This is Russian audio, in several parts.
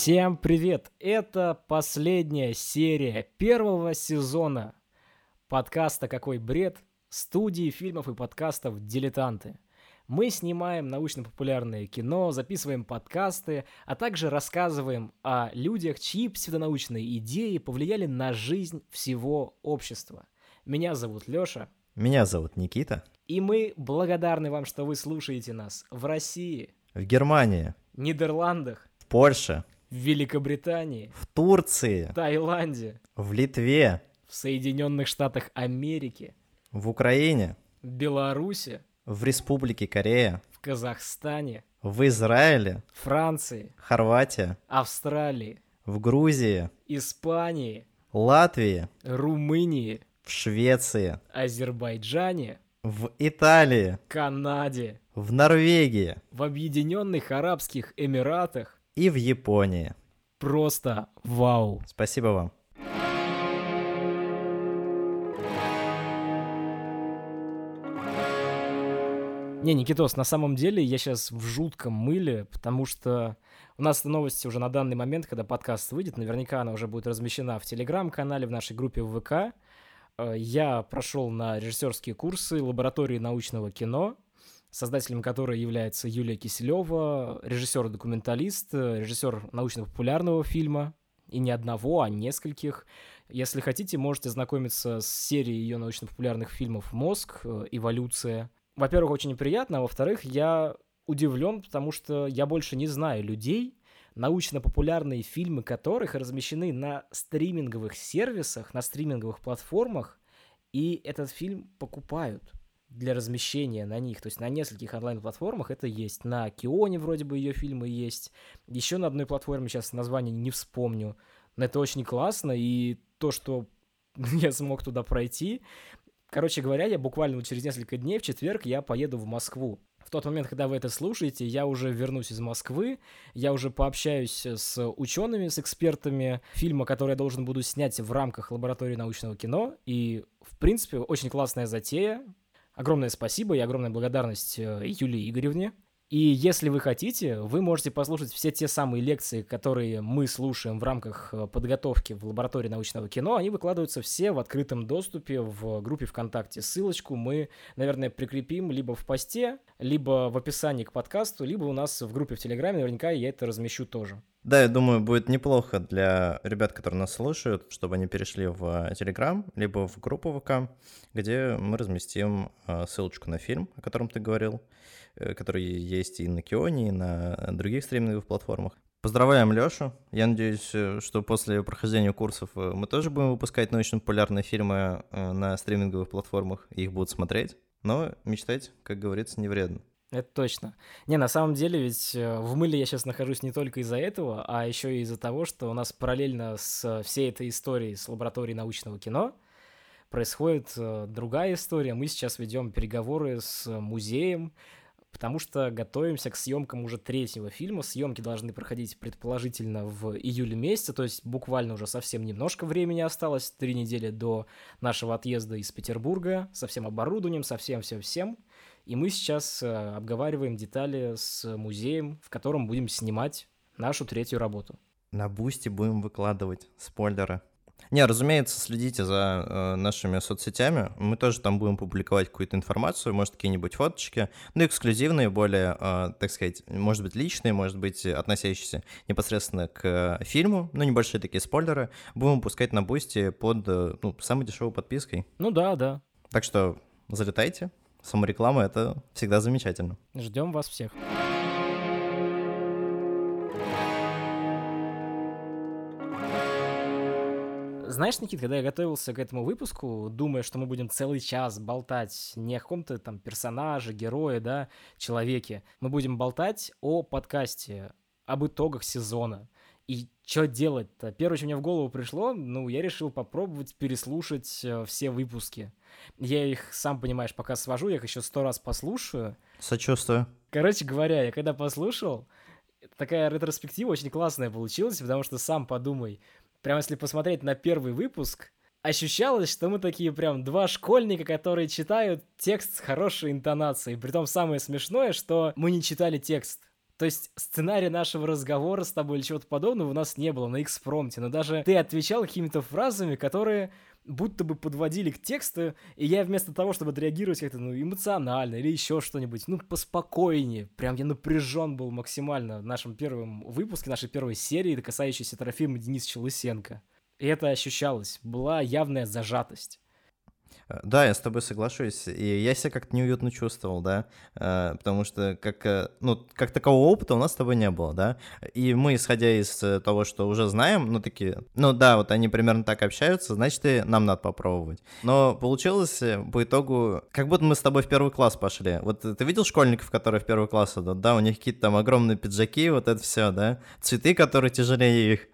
Всем привет! Это последняя серия первого сезона подкаста «Какой бред?» студии фильмов и подкастов «Дилетанты». Мы снимаем научно-популярное кино, записываем подкасты, а также рассказываем о людях, чьи псевдонаучные идеи повлияли на жизнь всего общества. Меня зовут Лёша. Меня зовут Никита. И мы благодарны вам, что вы слушаете нас в России, В Германии, Нидерландах, в Польше, в Великобритании, в Турции, Таиланде, в Литве, в Соединенных Штатах Америки, в Украине, в Беларуси, в Республике Корея, в Казахстане, в Израиле, Франции, Хорватия, Австралии, в Грузии, Испании, Латвии, Румынии, в Швеции, Азербайджане, в Италии, Канаде, в Норвегии в Объединенных Арабских Эмиратах. и в Японии. Просто вау! Спасибо вам. Не, Никитос, на самом деле я сейчас в жутком мыле, потому что у нас новости уже на данный момент, когда подкаст выйдет, наверняка она уже будет размещена в Телеграм-канале, в нашей группе в ВК. Я прошел на режиссерские курсы лаборатории научного кино, создателем которой является Юлия Киселева, режиссер-документалист, режиссер научно-популярного фильма, и не одного, а нескольких. Если хотите, можете знакомиться с серией ее научно-популярных фильмов «Мозг», «Эволюция». Во-первых, очень неприятно, а во-вторых, я удивлен, потому что я больше не знаю людей, научно-популярные фильмы которых размещены на стриминговых сервисах, на стриминговых платформах, и этот фильм покупают для размещения на них. То есть на нескольких онлайн-платформах это есть. На Кионе вроде бы ее фильмы есть. Еще на одной платформе, сейчас название не вспомню. Но это очень классно, и то, что я смог туда пройти... Короче говоря, я буквально через несколько дней, в четверг, я поеду в Москву. В тот момент, когда вы это слушаете, я уже вернусь из Москвы, я уже пообщаюсь с учеными, с экспертами фильма, который я должен буду снять в рамках лаборатории научного кино. И, в принципе, очень классная затея. Огромное спасибо и огромная благодарность Юлии Игоревне. И если вы хотите, вы можете послушать все те самые лекции, которые мы слушаем в рамках подготовки в лаборатории научного кино. Они выкладываются все в открытом доступе в группе ВКонтакте. Ссылочку мы, наверное, прикрепим либо в посте, либо в описании к подкасту, либо у нас в группе в Телеграме. Наверняка я это размещу тоже. Да, я думаю, будет неплохо для ребят, которые нас слушают, чтобы они перешли в Telegram, либо в группу ВК, где мы разместим ссылочку на фильм, о котором ты говорил, который есть и на Кионе, и на других стриминговых платформах. Поздравляем Лёшу. Я надеюсь, что после прохождения курсов мы тоже будем выпускать научно-популярные фильмы на стриминговых платформах, и их будут смотреть. Но мечтать, как говорится, не вредно. Это точно. Не, на самом деле, ведь в мыле я сейчас нахожусь не только из-за этого, а еще и из-за того, что у нас параллельно с всей этой историей с лабораторией научного кино происходит другая история. Мы сейчас ведем переговоры с музеем, потому что готовимся к съемкам уже третьего фильма. Съемки должны проходить предположительно в июле месяце, то есть буквально уже совсем немножко времени осталось, 3 недели до нашего отъезда из Петербурга, со всем оборудованием, со всем-всем-всем. И мы сейчас обговариваем детали с музеем, в котором будем снимать нашу третью работу. На Бусти будем выкладывать спойлеры. Не, разумеется, следите за нашими соцсетями. Мы тоже там будем публиковать какую-то информацию, может, какие-нибудь фоточки, но эксклюзивные, более, так сказать, может быть, личные, может быть, относящиеся непосредственно к фильму, но небольшие такие спойлеры будем выпускать на Бусти под самой дешевой подпиской. Ну да. Так что залетайте. Самореклама — это всегда замечательно. Ждем вас всех. Знаешь, Никит, когда я готовился к этому выпуску, думая, что мы будем целый час болтать не о каком-то там персонаже, герое, да, человеке, мы будем болтать о подкасте, об итогах сезона. И что делать-то? Первое, что мне в голову пришло, я решил попробовать переслушать все выпуски. Я их, сам понимаешь, пока свожу, я их еще 100 раз послушаю. Сочувствую. Короче говоря, я когда послушал, такая ретроспектива очень классная получилась, потому что сам подумай, прям если посмотреть на первый выпуск, ощущалось, что мы такие прям два школьника, которые читают текст с хорошей интонацией. Притом самое смешное, что мы не читали текст. То есть сценария нашего разговора с тобой или чего-то подобного у нас не было на экспромте, но даже ты отвечал какими-то фразами, которые будто бы подводили к тексту, и я вместо того, чтобы отреагировать как-то, эмоционально или еще что-нибудь, поспокойнее, прям я напряжен был максимально в нашем первом выпуске, нашей первой серии, касающейся Трофима Денисовича Лысенко. И это ощущалось, была явная зажатость. Да, я с тобой соглашусь, и я себя как-то неуютно чувствовал, да, потому что как такового опыта у нас с тобой не было, да, и мы, исходя из того, что уже знаем, такие, вот они примерно так общаются, значит, и нам надо попробовать. Но получилось по итогу, как будто мы с тобой в первый класс пошли. Вот ты видел школьников, которые в первый класс идут, да, у них какие-то там огромные пиджаки, вот это все, да, цветы, которые тяжелее их.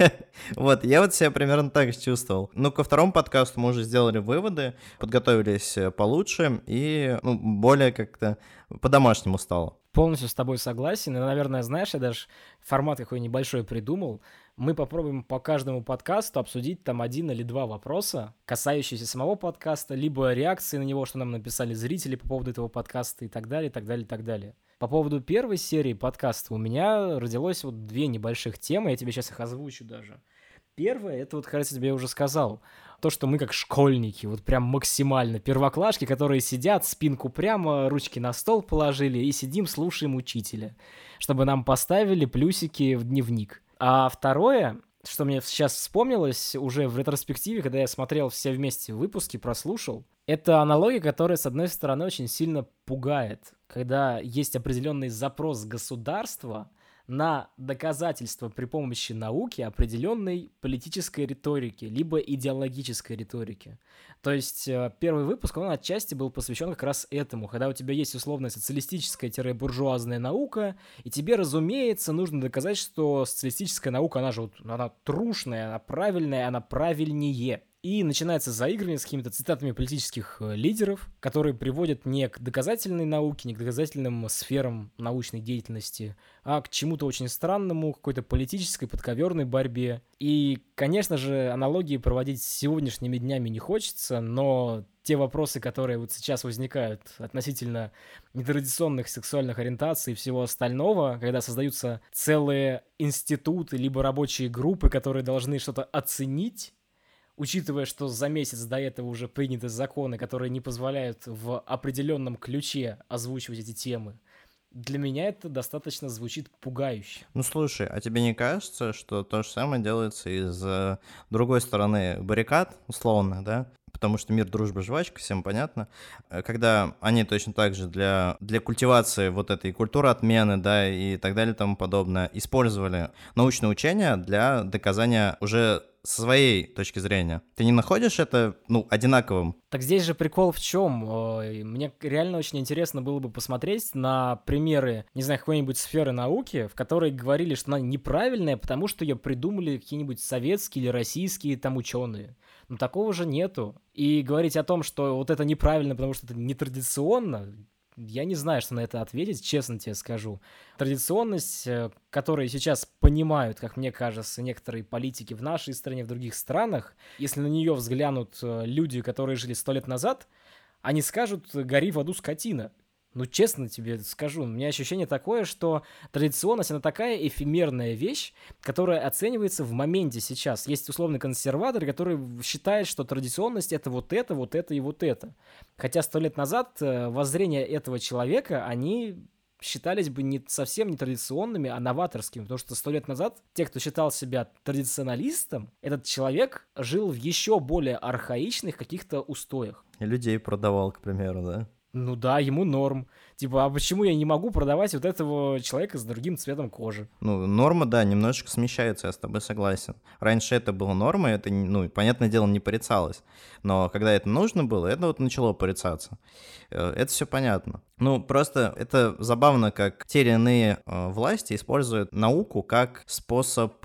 Вот, я вот себя примерно так же чувствовал. Ко второму подкасту мы уже сделали выводы, подготовились получше и, более как-то по-домашнему стало. Полностью с тобой согласен. И, наверное, знаешь, я даже формат какой небольшой придумал. Мы попробуем по каждому подкасту обсудить там 1 или 2 вопроса, касающиеся самого подкаста, либо реакции на него, что нам написали зрители по поводу этого подкаста и так далее, так далее, так далее. По поводу первой серии подкаста у меня родилось 2 небольших темы, я тебе сейчас их озвучу даже. Первое, это кажется, тебе я уже сказал, то, что мы как школьники, прям максимально первоклашки, которые сидят, спинку прямо, ручки на стол положили и сидим, слушаем учителя, чтобы нам поставили плюсики в дневник. А второе, что мне сейчас вспомнилось уже в ретроспективе, когда я смотрел все вместе выпуски, прослушал, это аналогия, которая, с одной стороны, очень сильно пугает, когда есть определенный запрос государства на доказательство при помощи науки определенной политической риторики, либо идеологической риторики. То есть первый выпуск, он отчасти был посвящен как раз этому, когда у тебя есть условная социалистическая-буржуазная наука, и тебе, разумеется, нужно доказать, что социалистическая наука, она трушная, она правильная, она правильнее. И начинается заигрывание с какими-то цитатами политических лидеров, которые приводят не к доказательной науке, не к доказательным сферам научной деятельности, а к чему-то очень странному, какой-то политической подковерной борьбе. И, конечно же, аналогии проводить с сегодняшними днями не хочется, но те вопросы, которые сейчас возникают относительно нетрадиционных сексуальных ориентаций и всего остального, когда создаются целые институты либо рабочие группы, которые должны что-то оценить, учитывая, что за месяц до этого уже приняты законы, которые не позволяют в определенном ключе озвучивать эти темы, для меня это достаточно звучит пугающе. Слушай, а тебе не кажется, что то же самое делается из другой стороны баррикад, условно, да? Потому что мир, дружба, жвачка, всем понятно. Когда они точно так же для культивации этой культуры отмены, да, и так далее и тому подобное, использовали научное учение для доказания уже со своей точки зрения. Ты не находишь это, одинаковым? Так здесь же прикол в чем? Мне реально очень интересно было бы посмотреть на примеры, не знаю, какой-нибудь сферы науки, в которой говорили, что она неправильная, потому что ее придумали какие-нибудь советские или российские там ученые. Но такого же нету. И говорить о том, что это неправильно, потому что это нетрадиционно, я не знаю, что на это ответить, честно тебе скажу. Традиционность, которую сейчас понимают, как мне кажется, некоторые политики в нашей стране, в других странах, если на нее взглянут люди, которые жили 100 лет назад, они скажут «гори в аду, скотина». Честно тебе скажу, у меня ощущение такое, что традиционность, она такая эфемерная вещь, которая оценивается в моменте сейчас. Есть условный консерватор, который считает, что традиционность — это это и это. Хотя 100 лет назад воззрения этого человека, они считались бы совсем не традиционными, а новаторскими, потому что 100 лет назад те, кто считал себя традиционалистом, этот человек жил в еще более архаичных каких-то устоях. И людей продавал, к примеру, да? Да, ему норм. А почему я не могу продавать этого человека с другим цветом кожи? Норма, да, немножечко смещается, я с тобой согласен. Раньше это было нормой, это, понятное дело, не порицалось. Но когда это нужно было, это начало порицаться. Это все понятно. Просто это забавно, как те или иные власти используют науку как способ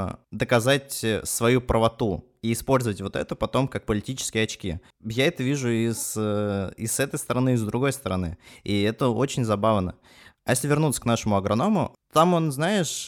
доказать свою правоту. И использовать это потом как политические очки. Я это вижу и с этой стороны, и с другой стороны. И это очень забавно. А если вернуться к нашему агроному, там он, знаешь,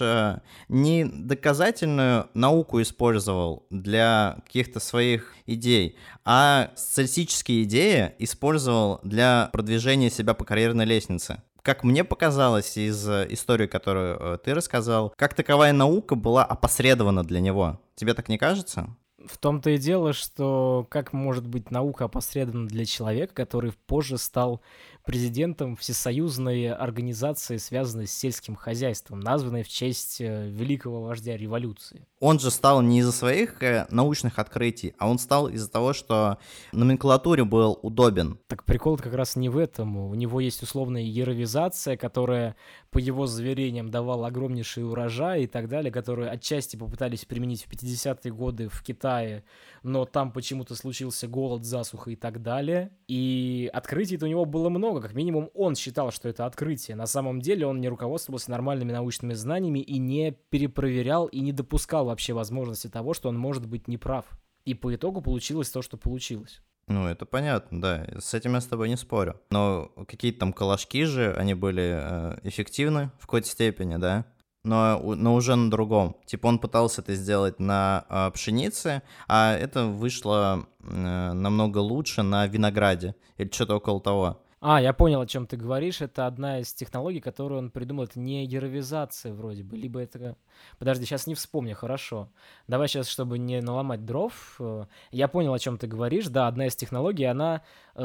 не доказательную науку использовал для каких-то своих идей, а социалистические идеи использовал для продвижения себя по карьерной лестнице. Как мне показалось из истории, которую ты рассказал, как таковая наука была опосредована для него. Тебе так не кажется? В том-то и дело, что как может быть наука опосредована для человека, который позже стал президентом всесоюзной организации, связанной с сельским хозяйством, названной в честь великого вождя революции. Он же стал не из-за своих научных открытий, а он стал из-за того, что номенклатуре был удобен. Так прикол как раз не в этом. У него есть условная яровизация, которая, по его заверениям, давала огромнейший урожай и так далее, которые отчасти попытались применить в 50-е годы в Китае, но там почему-то случился голод, засуха и так далее. И открытий-то у него было много. Как минимум он считал, что это открытие. На самом деле он не руководствовался нормальными научными знаниями и не перепроверял и не допускал вообще возможности того, что он может быть неправ. И по итогу получилось то, что получилось. Ну, это понятно, да, с этим я с тобой не спорю. Но какие-то там колобки же, они были эффективны в какой-то степени, да? Но уже на другом. Типа он пытался это сделать на пшенице, а это вышло намного лучше на винограде или что-то около того. Я понял, о чем ты говоришь. Это одна из технологий, которую он придумал. Это не яровизация вроде бы, либо это... Подожди, сейчас не вспомню, хорошо. Давай сейчас, чтобы не наломать дров. Я понял, о чем ты говоришь. Да, одна из технологий, она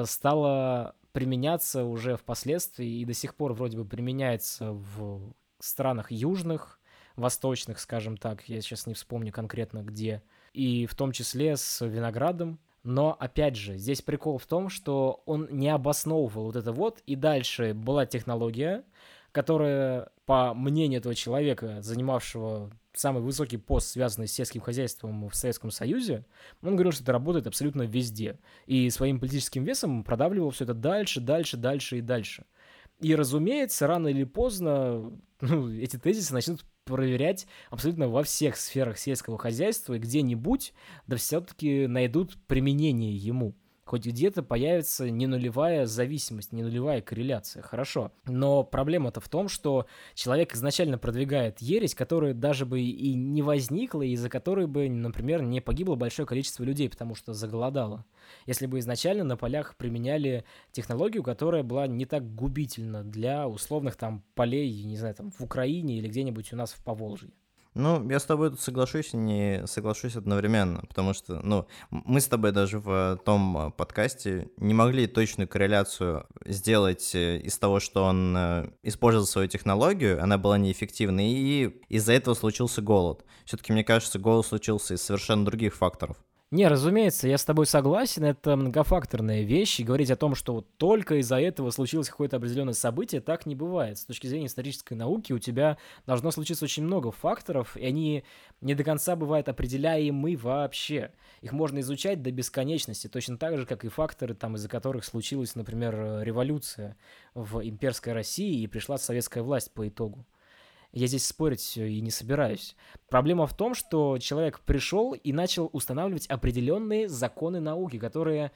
стала применяться уже впоследствии и до сих пор вроде бы применяется в странах южных, восточных, скажем так. Я сейчас не вспомню конкретно где. И в том числе с виноградом. Но, опять же, здесь прикол в том, что он не обосновывал вот это вот, и дальше была технология, которая, по мнению этого человека, занимавшего самый высокий пост, связанный с сельским хозяйством в Советском Союзе, он говорил, что это работает абсолютно везде. И своим политическим весом продавливал все это дальше, дальше, дальше и дальше. И, разумеется, рано или поздно эти тезисы начнут проверять абсолютно во всех сферах сельского хозяйства, и где-нибудь, да все-таки найдут применение ему. Хоть где-то появится не нулевая зависимость, не нулевая корреляция, хорошо. Но проблема-то в том, что человек изначально продвигает ересь, которая даже бы и не возникла, и из-за которой бы, например, не погибло большое количество людей, потому что заголодало. Если бы изначально на полях применяли технологию, которая была не так губительна для условных там полей, не знаю, там в Украине или где-нибудь у нас в Поволжье. Ну, я с тобой тут соглашусь и не соглашусь одновременно, потому что, мы с тобой даже в том подкасте не могли точную корреляцию сделать из того, что он использовал свою технологию, она была неэффективной, и из-за этого случился голод. Все-таки, мне кажется, голод случился из совершенно других факторов. Не, разумеется, я с тобой согласен, это многофакторная вещь, и говорить о том, что вот только из-за этого случилось какое-то определенное событие, так не бывает. С точки зрения исторической науки у тебя должно случиться очень много факторов, и они не до конца бывают определяемы вообще. Их можно изучать до бесконечности, точно так же, как и факторы, там, из-за которых случилась, например, революция в имперской России и пришла советская власть по итогу. Я здесь спорить и не собираюсь. Проблема в том, что человек пришел и начал устанавливать определенные законы науки, которые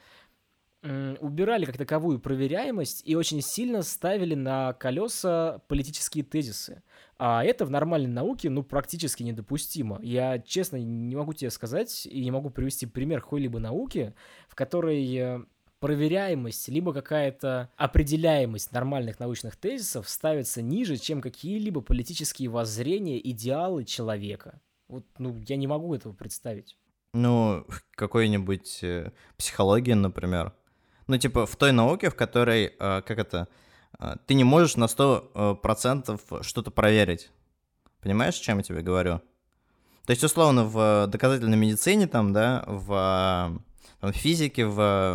убирали как таковую проверяемость и очень сильно ставили на колеса политические тезисы. А это в нормальной науке, практически недопустимо. Я, честно, не могу тебе сказать и не могу привести пример какой-либо науки, в которой проверяемость, либо какая-то определяемость нормальных научных тезисов ставится ниже, чем какие-либо политические воззрения, идеалы человека. Вот, я не могу этого представить. Какой-нибудь психология, например. Типа в той науке, в которой, ты не можешь на 100% что-то проверить. Понимаешь, о чем я тебе говорю? То есть, условно, в доказательной медицине, в физике,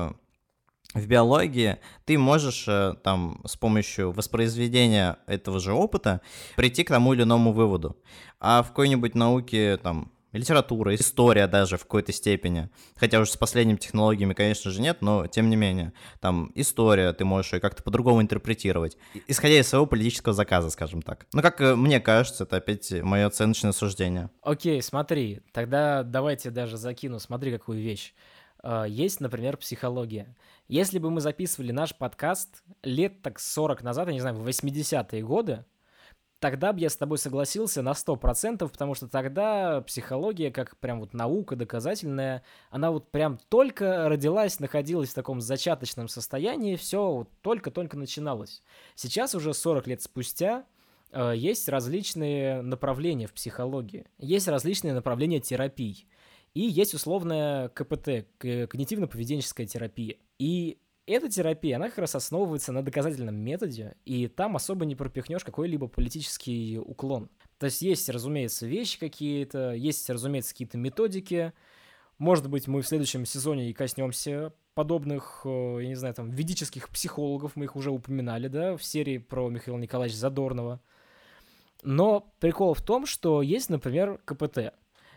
в биологии ты можешь там с помощью воспроизведения этого же опыта прийти к тому или иному выводу. А в какой-нибудь науке, литература, история даже в какой-то степени, хотя уже с последними технологиями, конечно же, нет, но тем не менее, история, ты можешь ее как-то по-другому интерпретировать, исходя из своего политического заказа, скажем так. Как мне кажется, это опять мое оценочное суждение. Окей, смотри, тогда давайте даже закину, смотри, какую вещь. Есть, например, психология. Если бы мы записывали наш подкаст лет так 40 назад, я не знаю, в 80-е годы, тогда бы я с тобой согласился на 100%, потому что тогда психология, как прям вот наука доказательная, она вот прям только родилась, находилась в таком зачаточном состоянии, все вот только-только начиналось. Сейчас уже 40 лет спустя есть различные направления в психологии, есть различные направления терапий, и есть условная КПТ, когнитивно-поведенческая терапия. И эта терапия, она как раз основывается на доказательном методе, и там особо не пропихнешь какой-либо политический уклон. То есть, разумеется, вещи какие-то, есть, разумеется, какие-то методики. Может быть, мы в следующем сезоне и коснемся подобных, я не знаю, там, ведических психологов, мы их уже упоминали, да, в серии про Михаила Николаевича Задорнова. Но прикол в том, что есть, например, КПТ.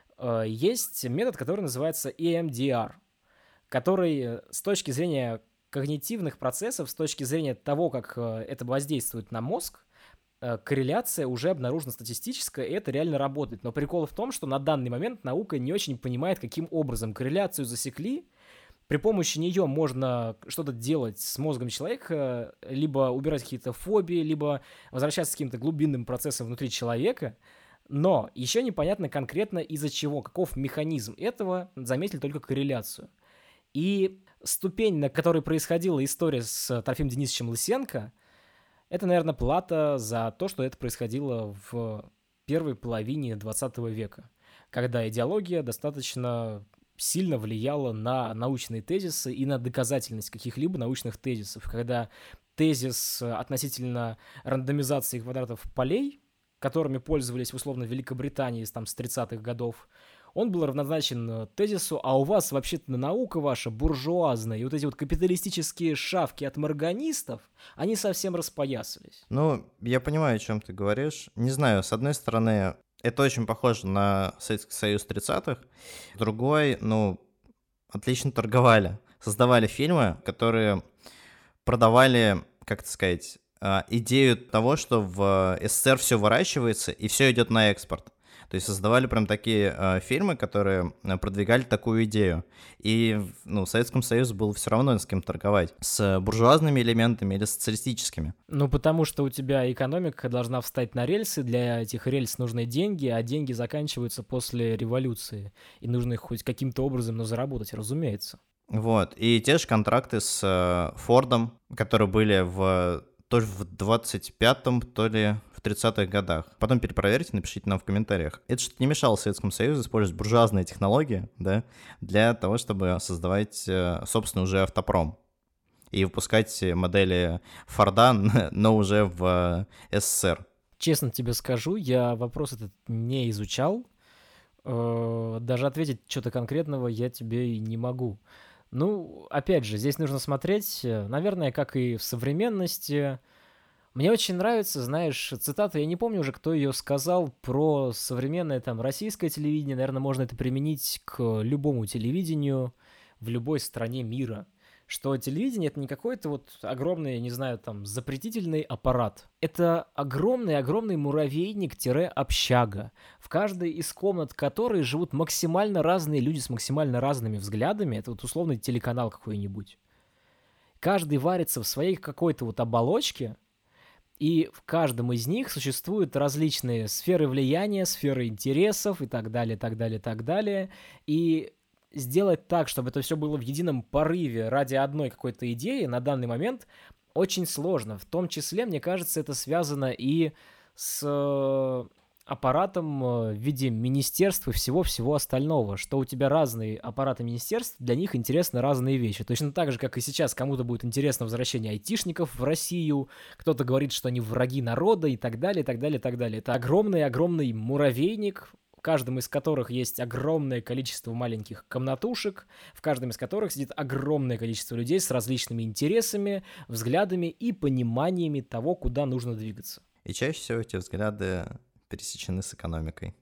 Есть метод, который называется EMDR, который с точки зрения когнитивных процессов, с точки зрения того, как это воздействует на мозг, корреляция уже обнаружена статистическая, и это реально работает. Но прикол в том, что на данный момент наука не очень понимает, каким образом корреляцию засекли. При помощи нее можно что-то делать с мозгом человека, либо убирать какие-то фобии, либо возвращаться к каким-то глубинным процессам внутри человека. Но еще непонятно конкретно из-за чего, каков механизм этого, заметили только корреляцию. И ступень, на которой происходила история с Трофимом Денисовичем Лысенко, это, наверное, плата за то, что это происходило в первой половине 20 века, когда идеология достаточно сильно влияла на научные тезисы и на доказательность каких-либо научных тезисов, когда тезис относительно рандомизации квадратов полей, которыми пользовались условно в Великобритании там, с 30-х годов, он был равнозначен тезису, а у вас вообще-то наука ваша буржуазная, и вот эти вот капиталистические шавки от морганистов, они совсем распоясались. Ну, я понимаю, о чем ты говоришь. Не знаю, с одной стороны, это очень похоже на Советский Союз 30-х, с другой, отлично торговали. Создавали фильмы, которые продавали, как это сказать, идею того, что в СССР все выращивается и все идет на экспорт. То есть создавали прям такие фильмы, которые продвигали такую идею. И в Советском Союзе было все равно с кем торговать. С буржуазными элементами или социалистическими. Потому что у тебя экономика должна встать на рельсы, для этих рельс нужны деньги, а деньги заканчиваются после революции. И нужно их хоть каким-то образом, заработать, разумеется. Вот. И те же контракты с Фордом, которые были то ли в 25-м, то ли в 30-х годах. Потом перепроверьте, напишите нам в комментариях. Это что-то не мешало Советскому Союзу использовать буржуазные технологии, да, для того, чтобы создавать собственный уже автопром и выпускать модели Форда, но уже в СССР. Честно тебе скажу, я вопрос этот не изучал. Даже ответить что-то конкретного я тебе и не могу. Опять же, здесь нужно смотреть, наверное, как и в современности. Мне очень нравится, знаешь, цитата, я не помню уже, кто ее сказал, про современное там российское телевидение. Наверное, можно это применить к любому телевидению в любой стране мира. Что телевидение — это не какой-то вот огромный, не знаю, там, запретительный аппарат. Это огромный-огромный муравейник-общага, в каждой из комнат которой живут максимально разные люди с максимально разными взглядами. Это вот условный телеканал какой-нибудь. Каждый варится в своей какой-то вот оболочке, и в каждом из них существуют различные сферы влияния, сферы интересов и так далее, так далее, так далее. И сделать так, чтобы это все было в едином порыве ради одной какой-то идеи на данный момент очень сложно. В том числе, мне кажется, это связано и с аппаратом в виде министерств и всего-всего остального, что у тебя разные аппараты министерств, для них интересны разные вещи. Точно так же, как и сейчас кому-то будет интересно возвращение айтишников в Россию, кто-то говорит, что они враги народа и так далее, так далее, так далее. Это огромный-огромный муравейник, в каждом из которых есть огромное количество маленьких комнатушек, в каждом из которых сидит огромное количество людей с различными интересами, взглядами и пониманиями того, куда нужно двигаться. И чаще всего эти взгляды пересечены с экономикой.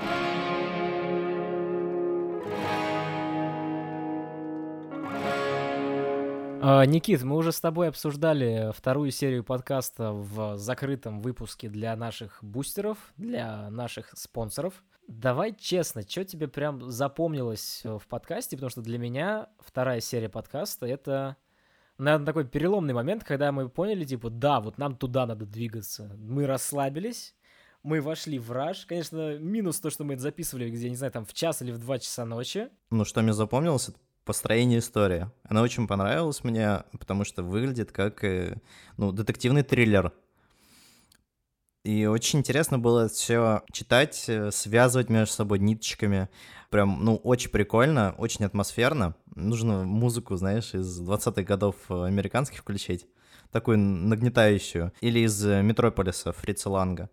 Никит, мы уже с тобой обсуждали вторую серию подкаста в закрытом выпуске для наших бустеров, для наших спонсоров. Давай честно, что тебе прям запомнилось в подкасте, потому что для меня вторая серия подкаста — это, наверное, такой переломный момент, когда мы поняли, да, вот нам туда надо двигаться. Мы расслабились, Мы вошли в раж. Конечно, минус то, что мы это записывали, где, не знаю, там в час или в 2 часа ночи. Ну, что мне запомнилось, это построение истории. Она очень понравилась мне, потому что выглядит как, детективный триллер. И очень интересно было все читать, связывать между собой ниточками. Прям, очень прикольно, очень атмосферно. Нужно музыку, знаешь, из 20-х годов американских включить, такую нагнетающую. Или из «Метрополиса» Фрица Ланга.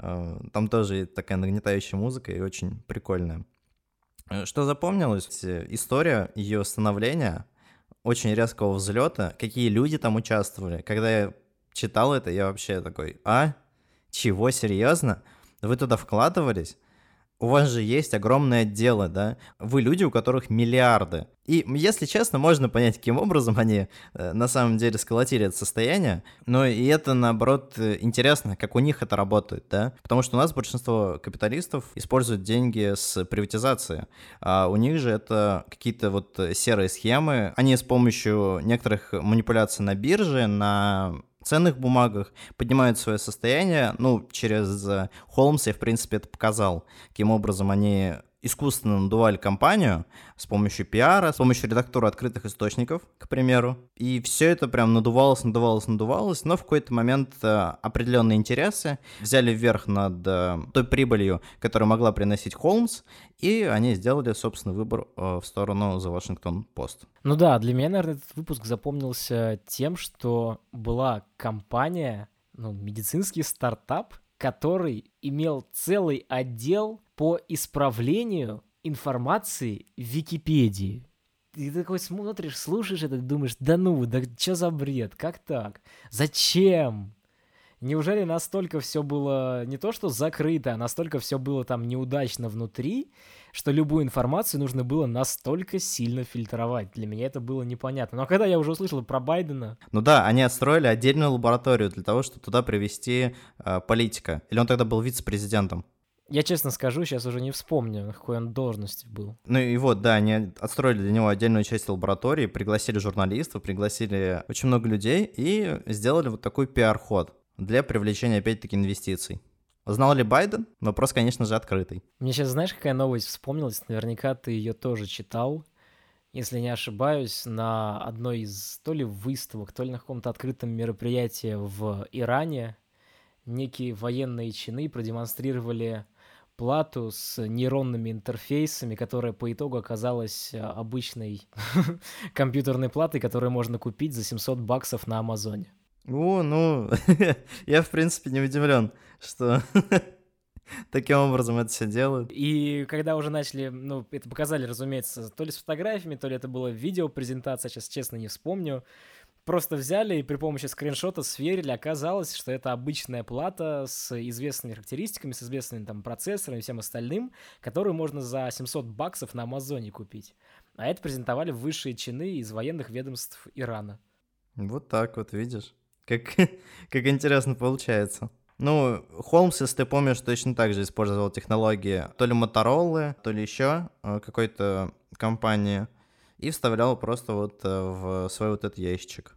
Там тоже такая нагнетающая музыка и очень прикольная. Что запомнилось? История ее становления, очень резкого взлета, какие люди там участвовали. Когда я читал это, я вообще такой, чего, серьезно? Вы туда вкладывались? У вас же есть огромное дело, да? Вы люди, у которых миллиарды. И, если честно, можно понять, каким образом они на самом деле сколотили это состояние. Но и это, наоборот, интересно, как у них это работает, да? Потому что у нас большинство капиталистов используют деньги с приватизации, а у них же это какие-то вот серые схемы. Они с помощью некоторых манипуляций на бирже, на ценных бумагах поднимают свое состояние. Через Холмса я, в принципе, это показал, каким образом они искусственно надували компанию с помощью пиара, с помощью редактора открытых источников, к примеру. И все это прям надувалось, но в какой-то момент определенные интересы взяли вверх над той прибылью, которую могла приносить Холмс, и они сделали, собственно, выбор в сторону The Washington Post. Ну да, для меня, наверное, этот выпуск запомнился тем, что была компания, медицинский стартап, который имел целый отдел по исправлению информации в Википедии. Ты такой смотришь, слушаешь это, думаешь, да что за бред, как так? Зачем? Неужели настолько все было не то что закрыто, а настолько все было там неудачно внутри, что любую информацию нужно было настолько сильно фильтровать? Для меня это было непонятно. Но когда я уже услышал про Байдена... Ну да, они отстроили отдельную лабораторию для того, чтобы туда привести политика. Или он тогда был вице-президентом? Я честно скажу, сейчас уже не вспомню, на какой он должности был. Ну и вот, да, они отстроили для него отдельную часть лаборатории, пригласили журналистов, пригласили очень много людей и сделали вот такой пиар-ход для привлечения, опять-таки, инвестиций. Знал ли Байден? Вопрос, конечно же, открытый. Мне сейчас, знаешь, какая новость вспомнилась? Наверняка ты ее тоже читал. Если не ошибаюсь, на одной из то ли выставок, то ли на каком-то открытом мероприятии в Иране некие военные чины продемонстрировали плату с нейронными интерфейсами, которая по итогу оказалась обычной компьютерной платой, которую можно купить за $700 на Амазоне. Я, в принципе, не удивлен, что таким образом это все делают. И когда уже начали, это показали, разумеется, то ли с фотографиями, то ли это была видеопрезентация, сейчас честно не вспомню. Просто взяли и при помощи скриншота сверили, оказалось, что это обычная плата с известными характеристиками, с известными там процессорами и всем остальным, которую можно за $700 на Амазоне купить. А это презентовали высшие чины из военных ведомств Ирана. Вот так вот, видишь. Как интересно получается. Холмс, если ты помнишь, точно так же использовал технологии то ли Motorola, то ли еще какой-то компании, и вставлял просто вот в свой вот этот ящичек.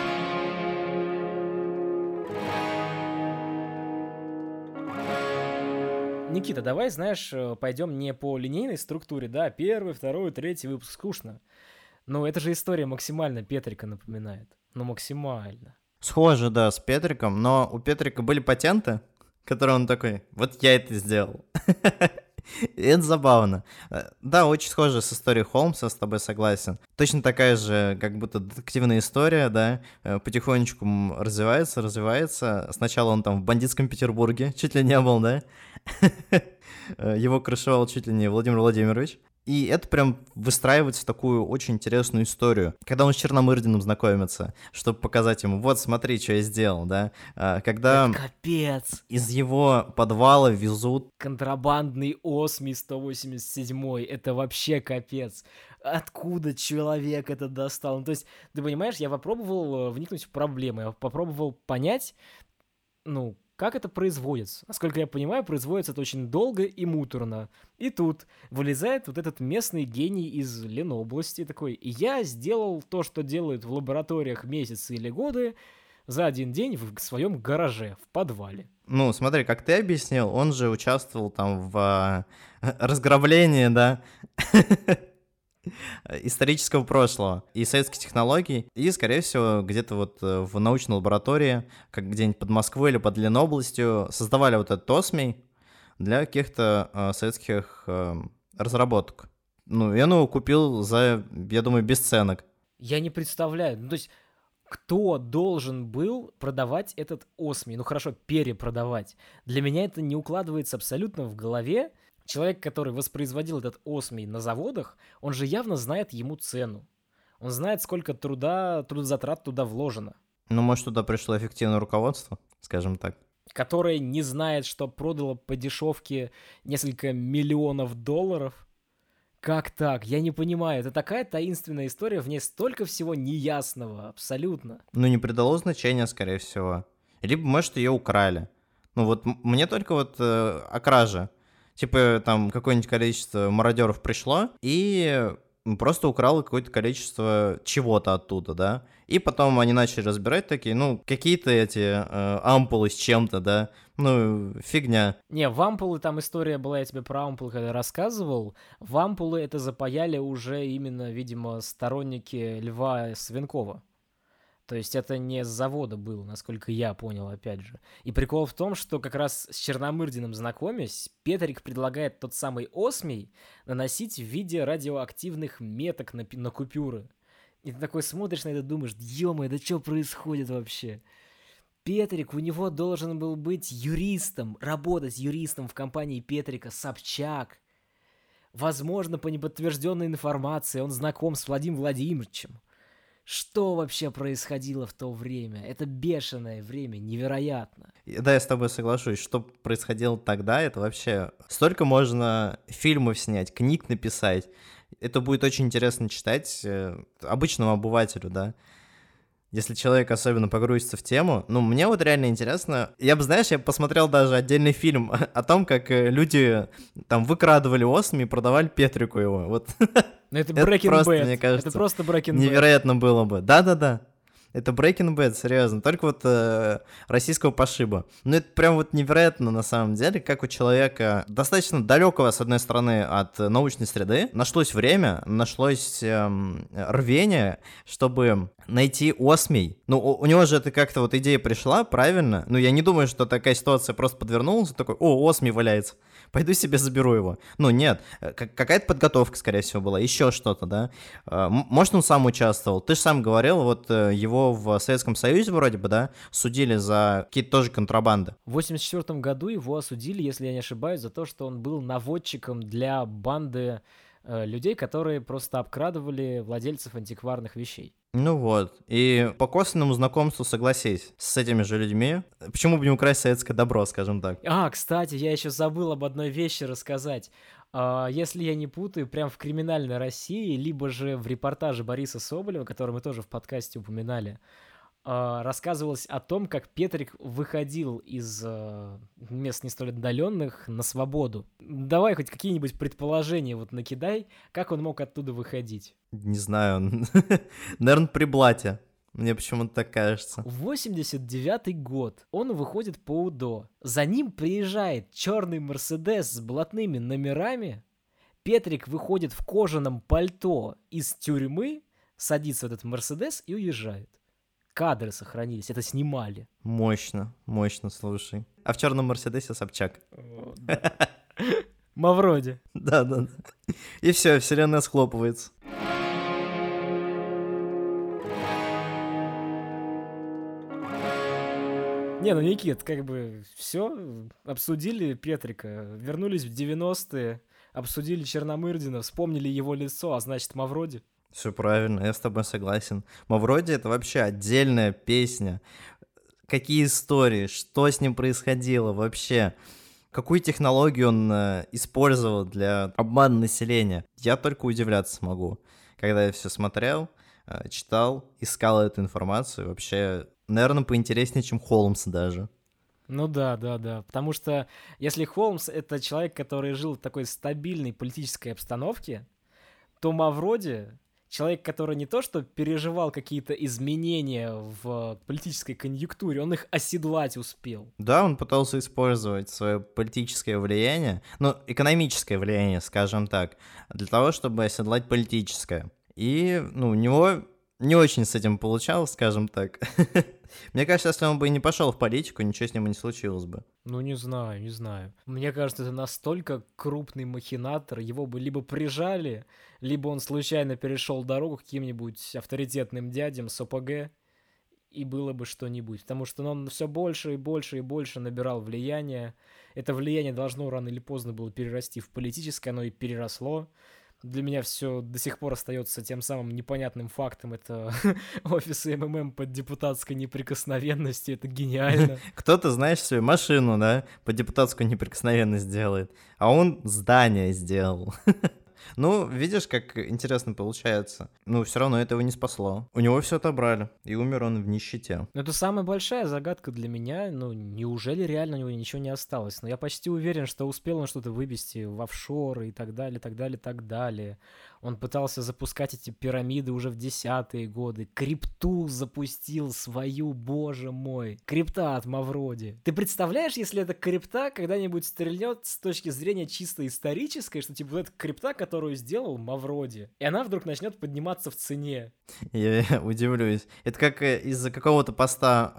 Никита, давай, знаешь, пойдем не по линейной структуре, да, первый, второй, третий выпуск, скучно. Но это же история максимально Петрика напоминает. Максимально. Схоже, да, с Петриком, но у Петрика были патенты, которые он такой, вот я это сделал. И это забавно. Да, очень схоже с историей Холмса, с тобой согласен. Точно такая же, как будто детективная история, да, потихонечку развивается. Сначала он там в бандитском Петербурге чуть ли не был, да? Его крышевал чуть ли не Владимир Владимирович. И это прям выстраивается в такую очень интересную историю. Когда он с Черномырдиным знакомится, чтобы показать ему, вот смотри, что я сделал, да. Когда это капец. Из его подвала везут контрабандный Осми 187, это вообще капец. Откуда человек это достал? То есть, ты понимаешь, я попробовал вникнуть в проблемы, я попробовал понять, как это производится. Насколько я понимаю, производится это очень долго и муторно. И тут вылезает вот этот местный гений из Ленобласти такой, я сделал то, что делают в лабораториях месяцы или годы, за один день в своем гараже, в подвале. Ну, смотри, как ты объяснил, он же участвовал там в разграблении, да, исторического прошлого и советских технологий, и, скорее всего, где-то вот в научной лаборатории, как где-нибудь под Москвой или под Ленобластью, создавали вот этот осмий для каких-то советских разработок. Ну, я его купил за, я думаю, бесценок. Я не представляю. Ну, то есть, кто должен был продавать этот осмий? Ну, хорошо, перепродавать. Для меня это не укладывается абсолютно в голове. Человек, который воспроизводил этот осмий на заводах, он же явно знает ему цену. Он знает, сколько трудозатрат туда вложено. Ну, может, туда пришло эффективное руководство, скажем так. Которое не знает, что продало по дешевке несколько миллионов долларов. Как так? Я не понимаю. Это такая таинственная история, в ней столько всего неясного, абсолютно. Ну, не придало значения, скорее всего. Либо, может, ее украли. Ну, вот мне только вот о краже. Типа, там какое-нибудь количество мародеров пришло и просто украло какое-то количество чего-то оттуда, да. И потом они начали разбирать такие, ну, какие-то эти ампулы с чем-то, да. Ну, фигня. Не, в ампулы там история была, я тебе про ампулы когда рассказывал. В ампулы это запаяли уже именно, видимо, сторонники Льва Свинкова. То есть это не с завода было, насколько я понял, опять же. И прикол в том, что как раз с Черномырдиным знакомясь, Петрик предлагает тот самый осмий наносить в виде радиоактивных меток на купюры. И ты такой смотришь на это и думаешь, ё-моё, да что происходит вообще? Петрик, у него должен был быть юристом, работать юристом в компании Петрика Собчак. Возможно, по неподтвержденной информации он знаком с Владимиром Владимировичем. Что вообще происходило в то время? Это бешеное время, невероятно. Да, я с тобой соглашусь. Что происходило тогда, это вообще... Столько можно фильмов снять, книг написать. Это будет очень интересно читать обычному обывателю, да. Если человек особенно погрузится в тему. Ну, мне вот реально интересно. Я бы, знаешь, я посмотрел даже отдельный фильм о том, как люди там выкрадывали осмий и продавали Петрику его. Вот. Ну, это Breaking Bad. Мне кажется, это просто Breaking Bad. Невероятно было бы. Да-да-да. Это Breaking Bad, серьезно. Только вот российского пошиба. Ну, это прям вот невероятно на самом деле, как у человека достаточно далекого, с одной стороны, от научной среды, нашлось время, нашлось рвение, чтобы найти осмий. Ну, у него же это как-то вот идея пришла, правильно? Ну, я не думаю, что такая ситуация просто подвернулась, такой, о, осмий валяется. Пойду себе заберу его. Ну, нет, какая-то подготовка, скорее всего, была, еще что-то, да. Может, он сам участвовал. Ты же сам говорил, вот его в Советском Союзе вроде бы, да, судили за какие-то тоже контрабанды. В 1984 году его осудили, если я не ошибаюсь, за то, что он был наводчиком для банды людей, которые просто обкрадывали владельцев антикварных вещей. Ну вот, и по косвенному знакомству, согласись, с этими же людьми, почему бы не украсть советское добро, скажем так. Кстати, я еще забыл об одной вещи рассказать. Если я не путаю, прям в «Криминальной России», либо же в репортаже Бориса Соболева, который мы тоже в подкасте упоминали, рассказывалось о том, как Петрик выходил из мест не столь отдаленных на свободу. Давай хоть какие-нибудь предположения вот накидай, как он мог оттуда выходить. Не знаю, наверное, при блате. Мне почему-то так кажется. 89-й год. Он выходит по УДО. За ним приезжает черный Мерседес с блатными номерами. Петрик выходит в кожаном пальто из тюрьмы, садится в этот Мерседес и уезжает. Кадры сохранились, это снимали. Мощно, мощно, слушай. А в черном Мерседесе Собчак. Мавроди. Да. И все, вселенная схлопывается. Не, ну, Никит, как бы все, обсудили Петрика, вернулись в 90-е, обсудили Черномырдина, вспомнили его лицо, а значит, Мавроди. Все правильно, я с тобой согласен. Мавроди — это вообще отдельная песня. Какие истории, что с ним происходило вообще, какую технологию он использовал для обмана населения. Я только удивляться могу, когда я все смотрел, читал, искал эту информацию. Вообще, наверное, поинтереснее, чем Холмс даже. Ну да, потому что если Холмс — это человек, который жил в такой стабильной политической обстановке, то Мавроди, человек, который не то что переживал какие-то изменения в политической конъюнктуре, он их оседлать успел. Да, он пытался использовать свое политическое влияние, ну, экономическое влияние, скажем так, для того, чтобы оседлать политическое. И, ну, у него не очень с этим получалось, скажем так. Мне кажется, если он бы и не пошел в политику, ничего с ним и не случилось бы. Ну, не знаю, не знаю. Мне кажется, это настолько крупный махинатор, его бы либо прижали, либо он случайно перешел дорогу каким-нибудь авторитетным дядям с ОПГ, и было бы что-нибудь. Потому что он все больше и больше и больше набирал влияния. Это влияние должно рано или поздно было перерасти в политическое, оно и переросло. Для меня все до сих пор остается тем самым непонятным фактом. Это офисы МММ под депутатской неприкосновенностью. Это гениально. Кто-то, знаешь, свою машину, да, под депутатскую неприкосновенность делает, а он здание сделал. Ну, видишь, как интересно получается. Ну, все равно этого не спасло. У него все отобрали, и умер он в нищете. Но это самая большая загадка для меня. Ну, неужели реально у него ничего не осталось? Но я почти уверен, что успел он что-то вывести в офшоры и так далее, так далее, так далее. Он пытался запускать эти пирамиды уже в 10-е годы. Крипту запустил свою, боже мой. Крипта от Мавроди. Ты представляешь, если эта крипта когда-нибудь стрельнет с точки зрения чисто исторической, что типа вот эта крипта, которую сделал Мавроди, и она вдруг начнет подниматься в цене. Я удивлюсь. Это как из-за какого-то поста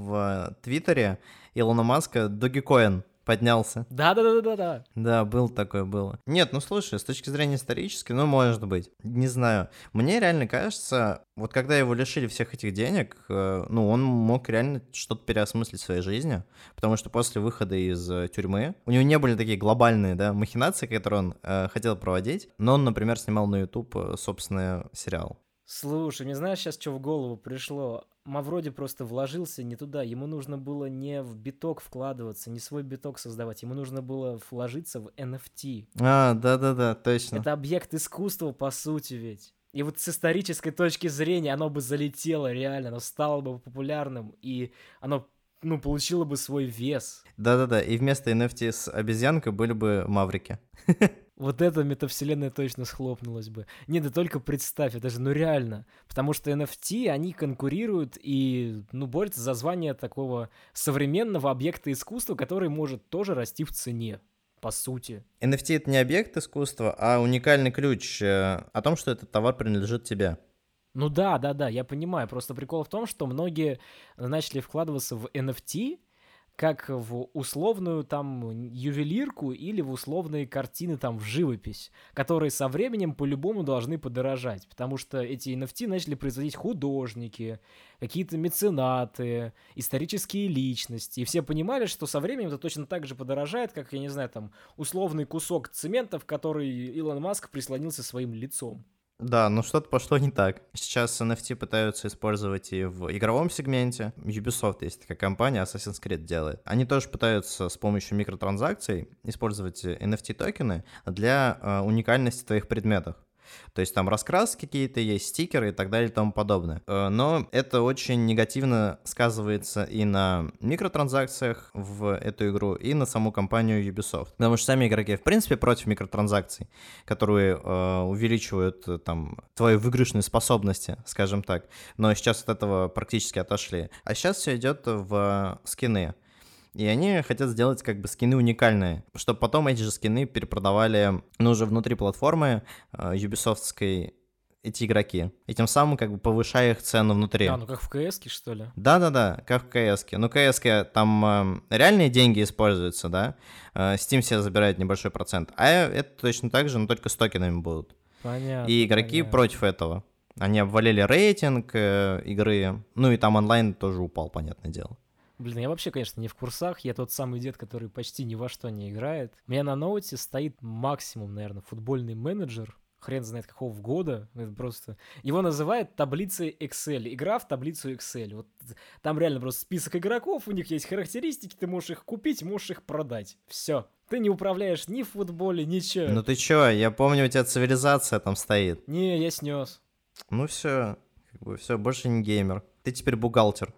в Твиттере Илона Маска Dogecoin поднялся. Да. Да, был такое, было. Нет, ну слушай, с точки зрения исторической, ну, может быть, не знаю. Мне реально кажется, вот когда его лишили всех этих денег, ну, он мог реально что-то переосмыслить в своей жизни, потому что после выхода из тюрьмы у него не были такие глобальные, да, махинации, которые он хотел проводить, но он, например, снимал на YouTube собственный сериал. Слушай, мне знаешь сейчас, что в голову пришло? Мавроди просто вложился не туда. Ему нужно было не в биток вкладываться, не свой биток создавать. Ему нужно было вложиться в NFT. А, да-да-да, точно. Это объект искусства, по сути, ведь. И вот с исторической точки зрения оно бы залетело реально, оно стало бы популярным, и оно, ну, получило бы свой вес. Да-да-да, и вместо NFT с обезьянкой были бы маврики. Вот эта метавселенная точно схлопнулась бы. Не, да только представь, это же, ну реально. Потому что NFT, они конкурируют и, ну, борются за звание такого современного объекта искусства, который может тоже расти в цене, по сути. NFT — это не объект искусства, а уникальный ключ о том, что этот товар принадлежит тебе. Ну да, я понимаю. Просто прикол в том, что многие начали вкладываться в NFT, как в условную там ювелирку или в условные картины там в живопись, которые со временем по-любому должны подорожать, потому что эти NFT начали производить художники, какие-то меценаты, исторические личности, и все понимали, что со временем это точно так же подорожает, как, я не знаю, там условный кусок цемента, в который Илон Маск прислонился своим лицом. Да, но что-то пошло не так. Сейчас NFT пытаются использовать и в игровом сегменте. Ubisoft есть такая компания, Assassin's Creed делает. Они тоже пытаются с помощью микротранзакций использовать NFT-токены для уникальности твоих предметов. То есть там раскраски какие-то есть, стикеры и так далее и тому подобное. Но это очень негативно сказывается и на микротранзакциях в эту игру, и на саму компанию Ubisoft. Потому что сами игроки, в принципе, против микротранзакций, которые увеличивают там твои выигрышные способности, скажем так. Но сейчас от этого практически отошли. А сейчас все идет в скины. И они хотят сделать как бы скины уникальные, чтобы потом эти же скины перепродавали, ну, уже внутри платформы Ubisoftской эти игроки. И тем самым как бы повышая их цену внутри. А, ну как в КС-ке, что ли? Да-да-да, как в КС-ке. Ну, КС-ке там реальные деньги используются, да? Steam себе забирает небольшой процент. А это точно так же, но только с токенами будут. Понятно. И игроки против этого. Они обвалили рейтинг игры. Ну и там онлайн тоже упал, понятное дело. Блин, я вообще, конечно, не в курсах. Я тот самый дед, который почти ни во что не играет. У меня на ноуте стоит максимум, наверное, футбольный менеджер. Хрен знает какого года. Это просто... Его называют таблицей Excel. Игра в таблицу Excel. Вот там реально просто список игроков, у них есть характеристики, ты можешь их купить, можешь их продать. Все. Ты не управляешь ни в футболе, ничего. Ну ты чё, я помню, у тебя цивилизация там стоит. Не, я снес. Ну все, как бы все, больше не геймер. Ты теперь бухгалтер.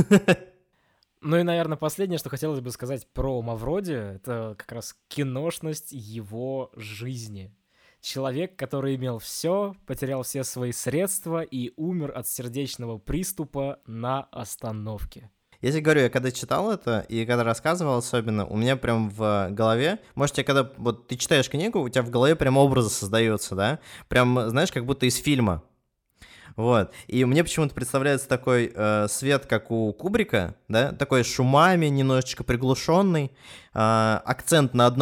Ну и, наверное, последнее, что хотелось бы сказать про Мавроди, это как раз киношность его жизни. Человек, который имел все, потерял все свои средства и умер от сердечного приступа на остановке. Я тебе говорю, я когда читал это, и когда рассказывал особенно, у меня прям в голове, может, тебе когда вот ты читаешь книгу, у тебя в голове прям образы создаются, да? Прям, знаешь, как будто из фильма. Вот. И мне почему-то представляется такой свет, как у Кубрика, да, такой шумами, немножечко приглушенный, акцент на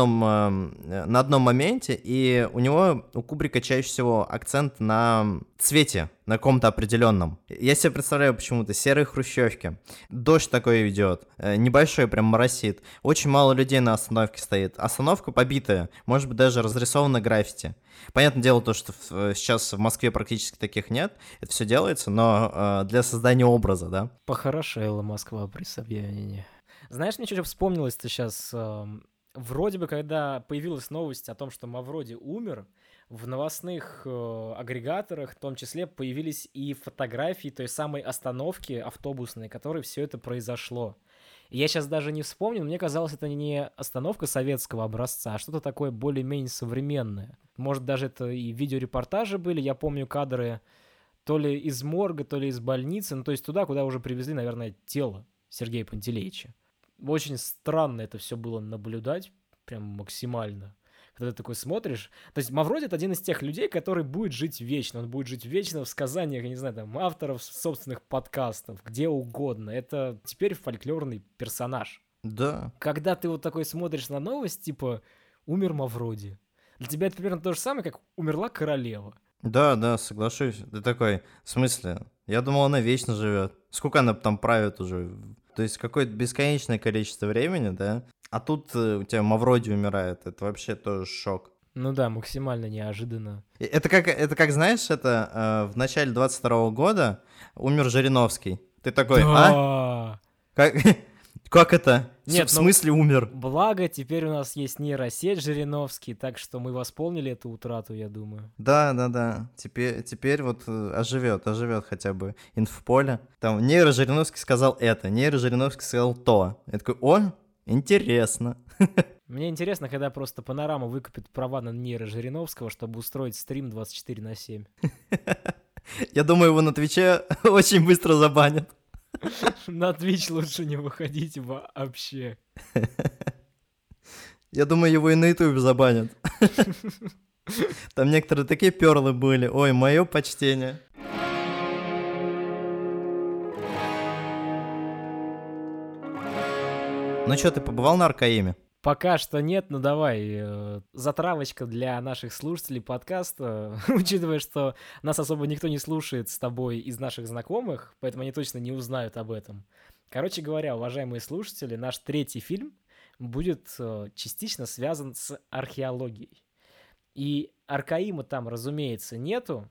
одном моменте, и у Кубрика чаще всего акцент на цвете, на каком-то определенном. Я себе представляю почему-то серые хрущевки, дождь такой идет, небольшой прям моросит, очень мало людей на остановке стоит, остановка побитая, может быть даже разрисовано граффити. Понятное дело то, что сейчас в Москве практически таких нет, это все делается, но для создания образа, да. Похорошела Москва при Собянине. Знаешь, мне что-то вспомнилось-то сейчас. Вроде бы, когда появилась новость о том, что Мавроди умер, в новостных агрегаторах в том числе появились и фотографии той самой остановки автобусной, которой все это произошло. И я сейчас даже не вспомнил, мне казалось, это не остановка советского образца, а что-то такое более-менее современное. Может, даже это и видеорепортажи были, я помню кадры то ли из морга, то ли из больницы, ну то есть туда, куда уже привезли, наверное, тело Сергея Пантелеича. Очень странно это все было наблюдать, прям максимально. Когда ты такой смотришь. То есть Мавроди — это один из тех людей, который будет жить вечно. Он будет жить вечно в сказаниях, я не знаю, там, авторов собственных подкастов, где угодно. Это теперь фольклорный персонаж. Да. Когда ты вот такой смотришь на новость, типа, умер Мавроди. Для тебя это примерно то же самое, как умерла королева. Да, соглашусь. Ты такой, в смысле? Я думал, она вечно живет. Сколько она там правит уже? То есть какое-то бесконечное количество времени, да? А тут у тебя Мавроди умирает. Это вообще тоже шок. Ну да, максимально неожиданно. Это как знаешь, это в начале 22 года умер Жириновский. Ты такой, Да. Как это? Нет, в смысле умер? Благо, теперь у нас есть нейросеть Жириновский, так что мы восполнили эту утрату, я думаю. Да. Теперь вот оживет хотя бы инфополе. Там нейро Жириновский сказал это, нейро Жириновский сказал то. Я такой, о, интересно. Мне интересно, когда просто Панорама выкупит права на нейро Жириновского, чтобы устроить стрим 24/7. Я думаю, его на Твиче очень быстро забанят. На Twitch лучше не выходить вообще. Я думаю, его и на YouTube забанят. Там некоторые такие перлы были. Ой, мое почтение. Ну что, ты побывал на Аркаиме? Пока что нет, но давай, затравочка для наших слушателей подкаста, учитывая, что нас особо никто не слушает с тобой из наших знакомых, поэтому они точно не узнают об этом. Короче говоря, уважаемые слушатели, наш третий фильм будет частично связан с археологией. И Аркаима там, разумеется, нету,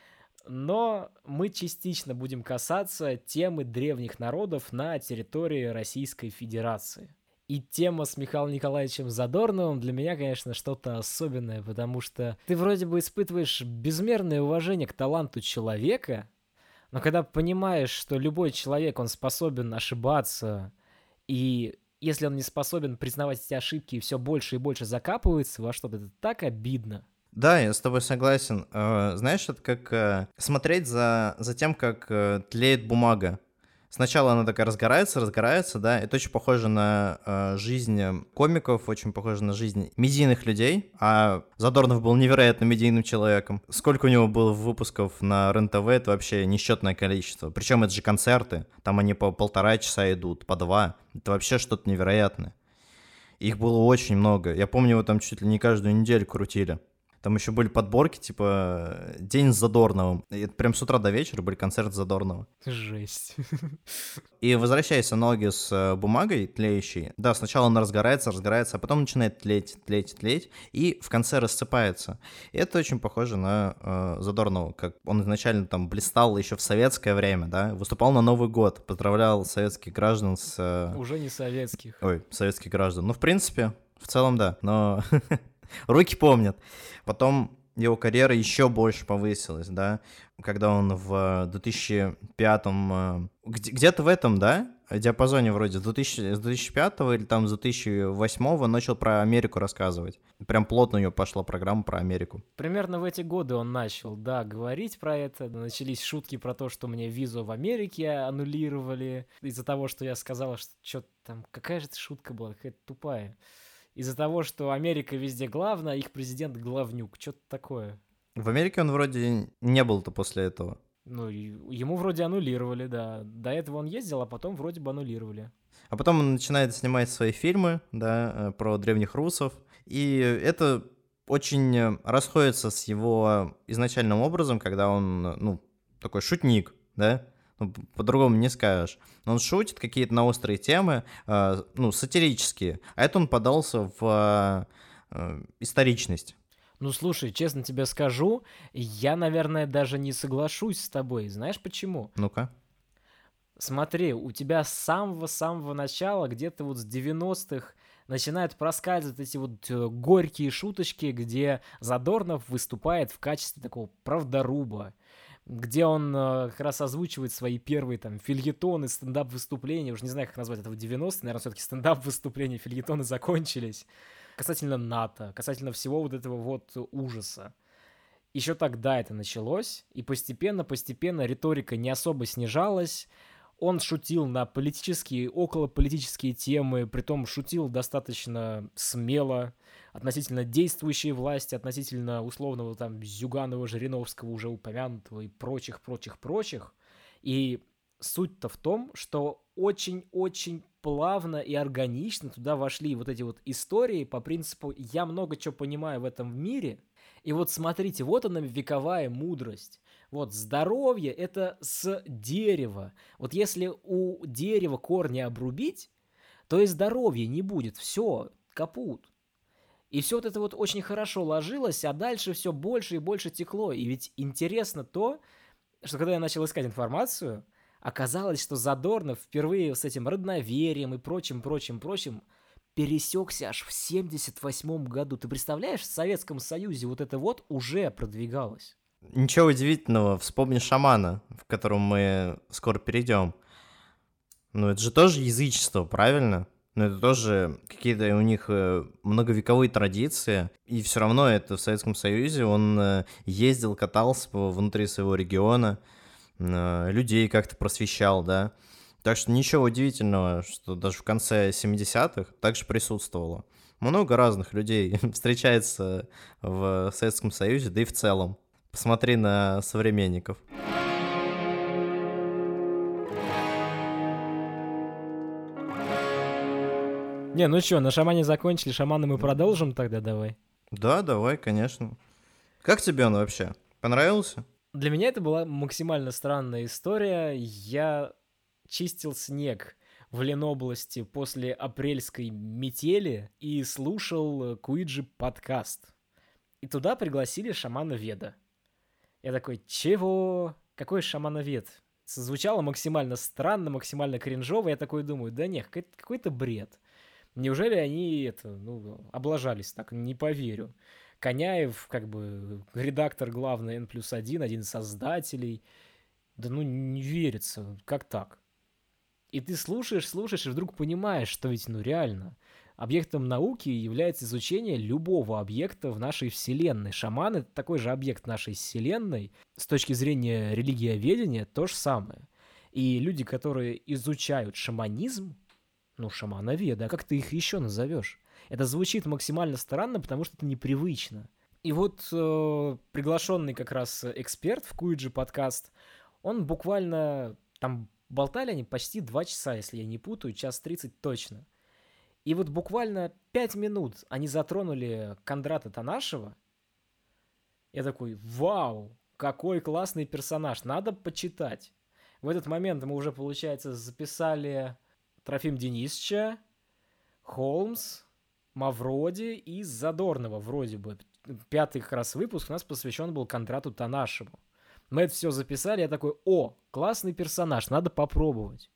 но мы частично будем касаться темы древних народов на территории Российской Федерации. И тема с Михаилом Николаевичем Задорновым для меня, конечно, что-то особенное, потому что ты вроде бы испытываешь безмерное уважение к таланту человека, но когда понимаешь, что любой человек, он способен ошибаться, и если он не способен признавать эти ошибки и все больше и больше закапывается во что-то, это так обидно. Да, я с тобой согласен. Знаешь, это как смотреть за тем, как тлеет бумага. Сначала она такая разгорается, да, это очень похоже на жизнь комиков, очень похоже на жизнь медийных людей, а Задорнов был невероятно медийным человеком. Сколько у него было выпусков на РЕН-ТВ, это вообще несчетное количество. Причем это же концерты, там они по 1,5 часа идут, по 2, это вообще что-то невероятное. Их было очень много, я помню, его там чуть ли не каждую неделю крутили. Там еще были подборки, типа «День с Задорновым». И это прям с утра до вечера были концерты Задорнова. Жесть. И возвращаясь аналогию с бумагой тлеющей, да, сначала она разгорается, а потом начинает тлеть, и в конце рассыпается. И это очень похоже на Задорнова, как он изначально там блистал еще в советское время, да, выступал на Новый год, поздравлял советских граждан с... Уже не советских. Ой, советских граждан. Ну, в принципе, в целом, да, но... Руки помнят. Потом его карьера еще больше повысилась, да, когда он в 2005-м, где-то в этом, да, диапазоне вроде с 2005 или там с 2008 начал про Америку рассказывать. Прям плотно у него пошла программа про Америку. Примерно в эти годы он начал, да, говорить про это. Начались шутки про то, что мне визу в Америке аннулировали из-за того, что я сказала, что там, какая же это шутка была, какая-то тупая. Из-за того, что Америка везде главная, а их президент главнюк, что-то такое. В Америке он вроде не был-то после этого. Ну, ему вроде аннулировали, да. До этого он ездил, а потом вроде бы аннулировали. А потом он начинает снимать свои фильмы, да, про древних русов. И это очень расходится с его изначальным образом, когда он, ну, такой шутник, да, ну, по-другому не скажешь. Он шутит какие-то на острые темы, ну, сатирические, а это он подался в историчность. Ну, слушай, честно тебе скажу, я, наверное, даже не соглашусь с тобой. Знаешь почему? Ну-ка. Смотри, у тебя с самого-самого начала, где-то вот с 90-х, начинают проскальзывать эти вот горькие шуточки, где Задорнов выступает в качестве такого правдоруба, где он как раз озвучивает свои первые там фельетоны, стендап-выступления, уже не знаю, как назвать это в 90-е, наверное, все-таки стендап-выступления, фельетоны закончились, касательно НАТО, касательно всего вот этого вот ужаса. Еще тогда это началось, и постепенно риторика не особо снижалась. Он шутил на политические, околополитические темы, притом шутил достаточно смело относительно действующей власти, относительно условного там Зюганова, Жириновского, уже упомянутого и прочих. И суть-то в том, что очень-очень плавно и органично туда вошли вот эти вот истории по принципу «я много чего понимаю в этом мире», и вот смотрите, вот она вековая мудрость. Вот здоровье – это с дерева. Вот если у дерева корни обрубить, то и здоровья не будет. Все, капут. И все вот это вот очень хорошо ложилось, а дальше все больше и больше текло. И ведь интересно то, что когда я начал искать информацию, оказалось, что Задорнов впервые с этим родноверием и прочим пересекся аж в 1978 году. Ты представляешь, в Советском Союзе вот это вот уже продвигалось. Ничего удивительного, вспомни шамана, в котором мы скоро перейдем. Ну, это же тоже язычество, правильно? Но это тоже какие-то у них многовековые традиции, и все равно это в Советском Союзе он ездил, катался внутри своего региона, людей как-то просвещал, да. Так что ничего удивительного, что даже в конце 70-х также присутствовало. Много разных людей встречается в Советском Союзе, да и в целом. Посмотри на современников. Не, ну что, на шамане закончили, шамана мы продолжим тогда, давай. Да, давай, конечно. Как тебе он вообще? Понравился? Для меня это была максимально странная история. Я чистил снег в Ленобласти после апрельской метели и слушал Куиджи подкаст. И туда пригласили шамана Веда. Я такой, чего? Какой шамана Вед? Звучало максимально странно, максимально кринжово. Я такой думаю, да нет, какой-то бред. Неужели они облажались? Так не поверю. Коняев, как бы, редактор главный N+1, один из создателей. Да ну не верится, как так? И ты слушаешь, и вдруг понимаешь, что ведь, реально, объектом науки является изучение любого объекта в нашей Вселенной. Шаман — это такой же объект нашей Вселенной. С точки зрения религиоведения то же самое. И люди, которые изучают шаманизм, шамановеды, а как ты их еще назовешь? Это звучит максимально странно, потому что это непривычно. И вот приглашенный как раз эксперт в Куиджи подкаст, он буквально, там болтали они почти 2 часа, если я не путаю, 1:30 точно. И вот буквально 5 минут они затронули Кондрата Танашева. Я такой, вау, какой классный персонаж, надо почитать. В этот момент мы уже, получается, записали Трофим Денисовича, Холмс, Мавроди и Задорнова вроде бы. 5-й как раз выпуск у нас посвящен был Кондрату Танашеву. Мы это все записали, я такой, классный персонаж, надо попробовать.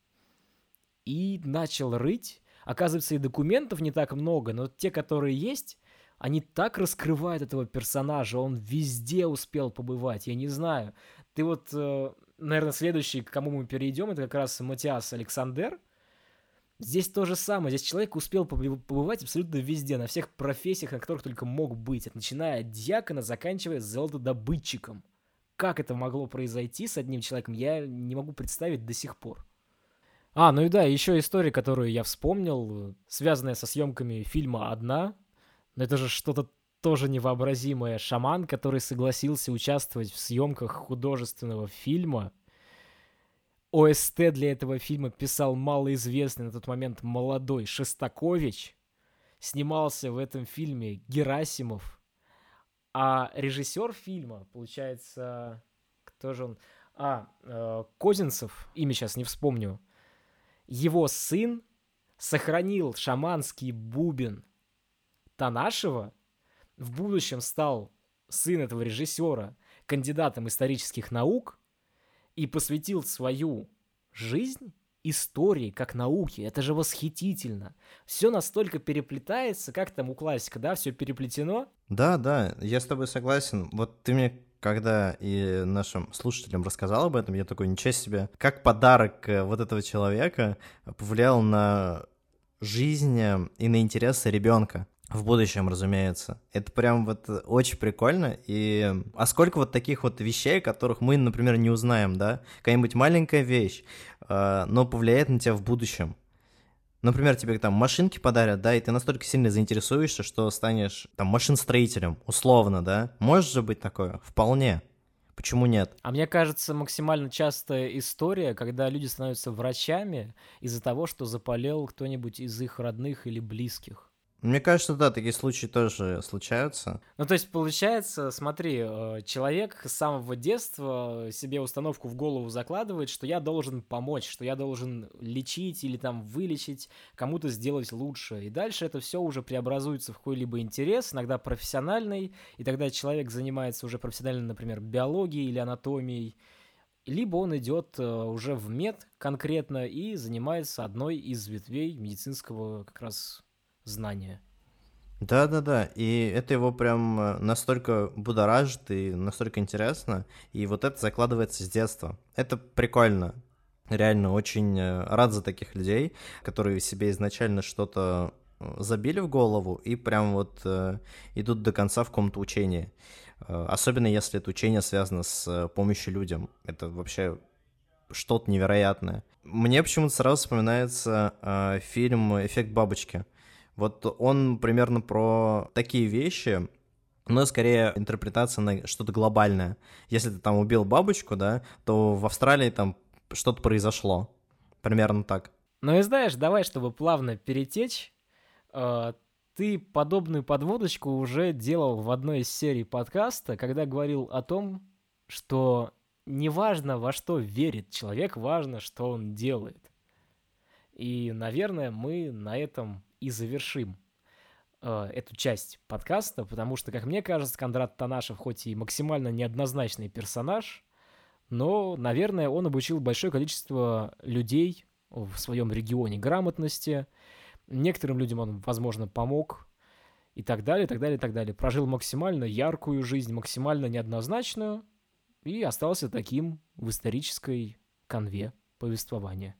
И начал рыть. Оказывается, и документов не так много, но те, которые есть, они так раскрывают этого персонажа, он везде успел побывать, я не знаю. Ты вот, наверное, следующий, к кому мы перейдем, это как раз Матиас Александер, Здесь то же самое. Здесь человек успел побывать абсолютно везде, на всех профессиях, на которых только мог быть, начиная от дьякона, заканчивая золотодобытчиком. Как это могло произойти с одним человеком, я не могу представить до сих пор. Ну и да, еще история, которую я вспомнил, связанная со съемками фильма «Одна». Но это же что-то тоже невообразимое. Шаман, который согласился участвовать в съемках художественного фильма. ОСТ для этого фильма писал малоизвестный на тот момент молодой Шостакович. Снимался в этом фильме Герасимов. А режиссер фильма, получается, кто же он? Козинцев, имя сейчас не вспомню. Его сын сохранил шаманский бубен Танашева, в будущем стал сын этого режиссера кандидатом исторических наук и посвятил свою жизнь истории как науке. Это же восхитительно. Все настолько переплетается, как там у классика, да, все переплетено. Да, я с тобой согласен. Вот ты мне когда и нашим слушателям рассказал об этом, я такой, ничего себе, как подарок вот этого человека повлиял на жизнь и на интересы ребенка. В будущем, разумеется. Это прям вот очень прикольно. А сколько вот таких вот вещей, которых мы, например, не узнаем, да? Какая-нибудь маленькая вещь, но повлияет на тебя в будущем. Например, тебе там машинки подарят, да, и ты настолько сильно заинтересуешься, что станешь там машиностроителем, условно, да? Может же быть такое? Вполне. Почему нет? А мне кажется, максимально частая история, когда люди становятся врачами из-за того, что заболел кто-нибудь из их родных или близких. Мне кажется, да, такие случаи тоже случаются. Ну, то есть, получается, смотри, человек с самого детства себе установку в голову закладывает, что я должен помочь, что я должен лечить или там вылечить, кому-то сделать лучше. И дальше это все уже преобразуется в какой-либо интерес, иногда профессиональный, и тогда человек занимается уже профессионально, например, биологией или анатомией, либо он идет уже в мед конкретно и занимается одной из ветвей медицинского как раз знания. Да, и это его прям настолько будоражит и настолько интересно, и вот это закладывается с детства. Это прикольно. Реально очень рад за таких людей, которые себе изначально что-то забили в голову и прям вот идут до конца в каком-то учении. Особенно если это учение связано с помощью людям. Это вообще что-то невероятное. Мне почему-то сразу вспоминается фильм «Эффект бабочки». Вот он примерно про такие вещи, но скорее интерпретация на что-то глобальное. Если ты там убил бабочку, да, то в Австралии там что-то произошло. Примерно так. Ну и знаешь, давай, чтобы плавно перетечь, ты подобную подводочку уже делал в одной из серий подкаста, когда говорил о том, что неважно, во что верит человек, важно, что он делает. И, наверное, мы на этом и завершим эту часть подкаста, потому что, как мне кажется, Кондрат Танашев хоть и максимально неоднозначный персонаж, но, наверное, он обучил большое количество людей в своем регионе грамотности. Некоторым людям он, возможно, помог и так далее, так далее, так далее. Прожил максимально яркую жизнь, максимально неоднозначную и остался таким в исторической канве повествования.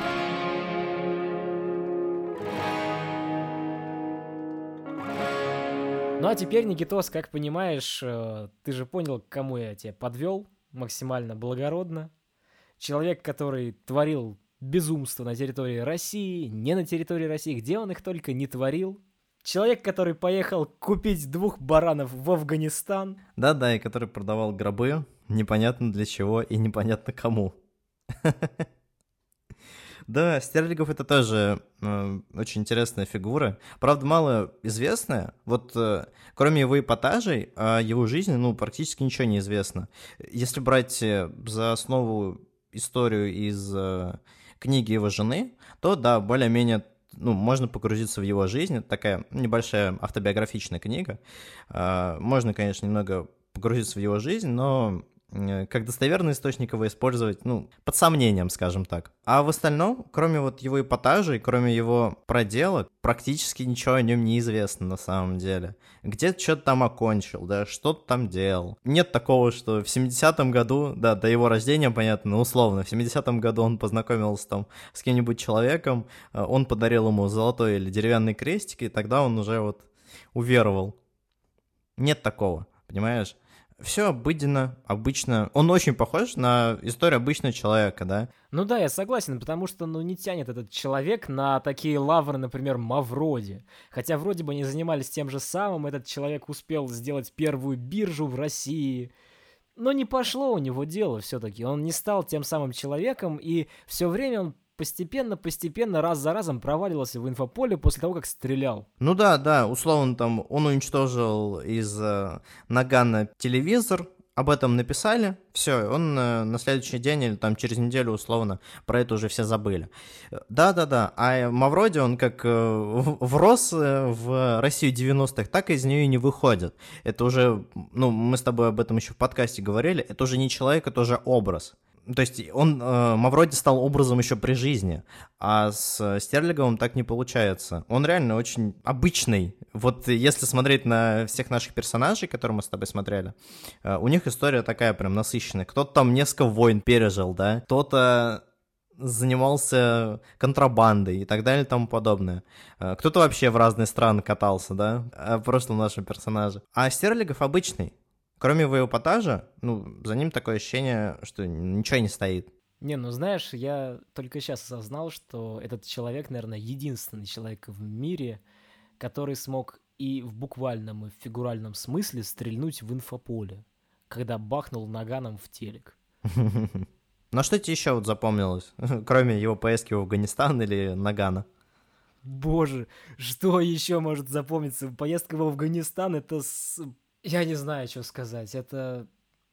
Ну а теперь, Никитос, как понимаешь, ты же понял, к кому я тебя подвел максимально благородно. Человек, который творил безумство на территории России, не на территории России, где он их только не творил. Человек, который поехал купить 2 баранов в Афганистан. Да, и который продавал гробы, непонятно для чего и непонятно кому. Да, Стерлигов — это тоже очень интересная фигура. Правда, мало известная. Вот кроме его эпатажей, о его жизни, практически ничего не известно. Если брать за основу историю из книги его жены, то, да, более-менее можно погрузиться в его жизнь. Это такая небольшая автобиографичная книга. Можно, конечно, немного погрузиться в его жизнь, но как достоверный источник его использовать, ну, под сомнением, скажем так. А в остальном, кроме вот его эпатажей, кроме его проделок, практически ничего о нем не известно на самом деле. Где-то что-то там окончил, да, что-то там делал. Нет такого, что в 70-м году, да, до его рождения, понятно, но условно, в 70-м году он познакомился там с кем-нибудь человеком, он подарил ему золотой или деревянный крестик, и тогда он уже вот уверовал. Нет такого, понимаешь? Все обыденно, обычно. Он очень похож на историю обычного человека, да? Ну да, я согласен, потому что, ну, не тянет этот человек на такие лавры, например, Мавроди. Хотя вроде бы они занимались тем же самым, этот человек успел сделать первую биржу в России. Но не пошло у него дело все-таки. Он не стал тем самым человеком, и все время он постепенно, раз за разом проваливался в инфополе после того, как стрелял. Ну да, условно там он уничтожил из нагана телевизор, об этом написали, все, он на следующий день или там через неделю условно про это уже все забыли. Да, а Мавроди, он как врос в Россию 90-х, так из нее и не выходит. Это уже, ну, мы с тобой об этом еще в подкасте говорили, это уже не человек, это уже образ. То есть он, Мавроди стал образом еще при жизни, а с Стерлиговым так не получается. Он реально очень обычный. Вот если смотреть на всех наших персонажей, которые мы с тобой смотрели, у них история такая прям насыщенная. Кто-то там несколько войн пережил, да, кто-то занимался контрабандой и так далее и тому подобное. Кто-то вообще в разные страны катался, да, в прошлом нашем персонаже. А Стерлигов обычный. Кроме его эпатажа, ну, за ним такое ощущение, что ничего не стоит. Не, ну знаешь, я только сейчас осознал, что этот человек, наверное, единственный человек в мире, который смог и в буквальном, и в фигуральном смысле стрельнуть в инфополе, когда бахнул наганом в телек. Ну, что тебе еще вот запомнилось, кроме его поездки в Афганистан или нагана? Боже, что еще может запомниться? Поездка в Афганистан — это... Я не знаю, что сказать. Это...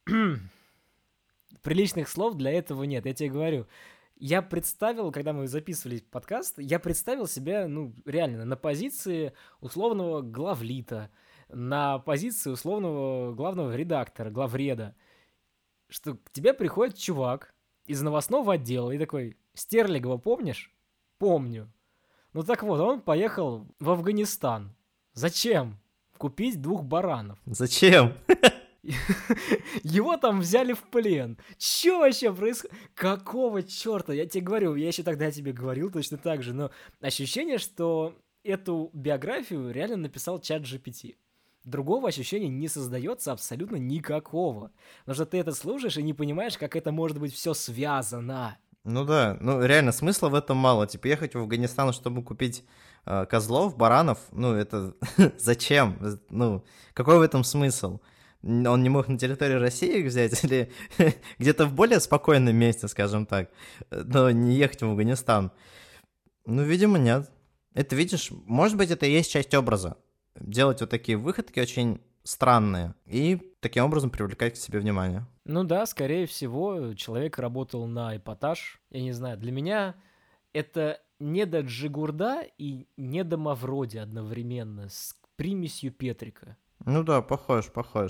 Приличных слов для этого нет, я тебе говорю. Я представил, когда мы записывали подкаст, я представил себя, ну, реально, на позиции условного главлита, на позиции условного главного редактора, главреда, что к тебе приходит чувак из новостного отдела и такой: Стерлигова помнишь? Помню. Ну так вот, он поехал в Афганистан. Зачем? Купить 2 баранов. Зачем? Его там взяли в плен. Чё вообще происходит? Какого черта? Я тебе говорю, я еще тогда тебе говорил точно так же, но ощущение, что эту биографию реально написал ChatGPT. Другого ощущения не создается абсолютно никакого. Потому что ты это слушаешь и не понимаешь, как это может быть все связано. Ну да, ну реально смысла в этом мало. Типа ехать в Афганистан, чтобы купить козлов, баранов, ну это зачем? Ну, какой в этом смысл? Он не мог на территории России их взять или где-то в более спокойном месте, скажем так, но не ехать в Афганистан? Ну, видимо, нет. Это, видишь, может быть, это и есть часть образа. Делать вот такие выходки очень странные и таким образом привлекать к себе внимание. Ну да, скорее всего, человек работал на эпатаж. Я не знаю, для меня это не до Джигурда и не до Мавроди одновременно, с примесью Петрика. Ну да, похож.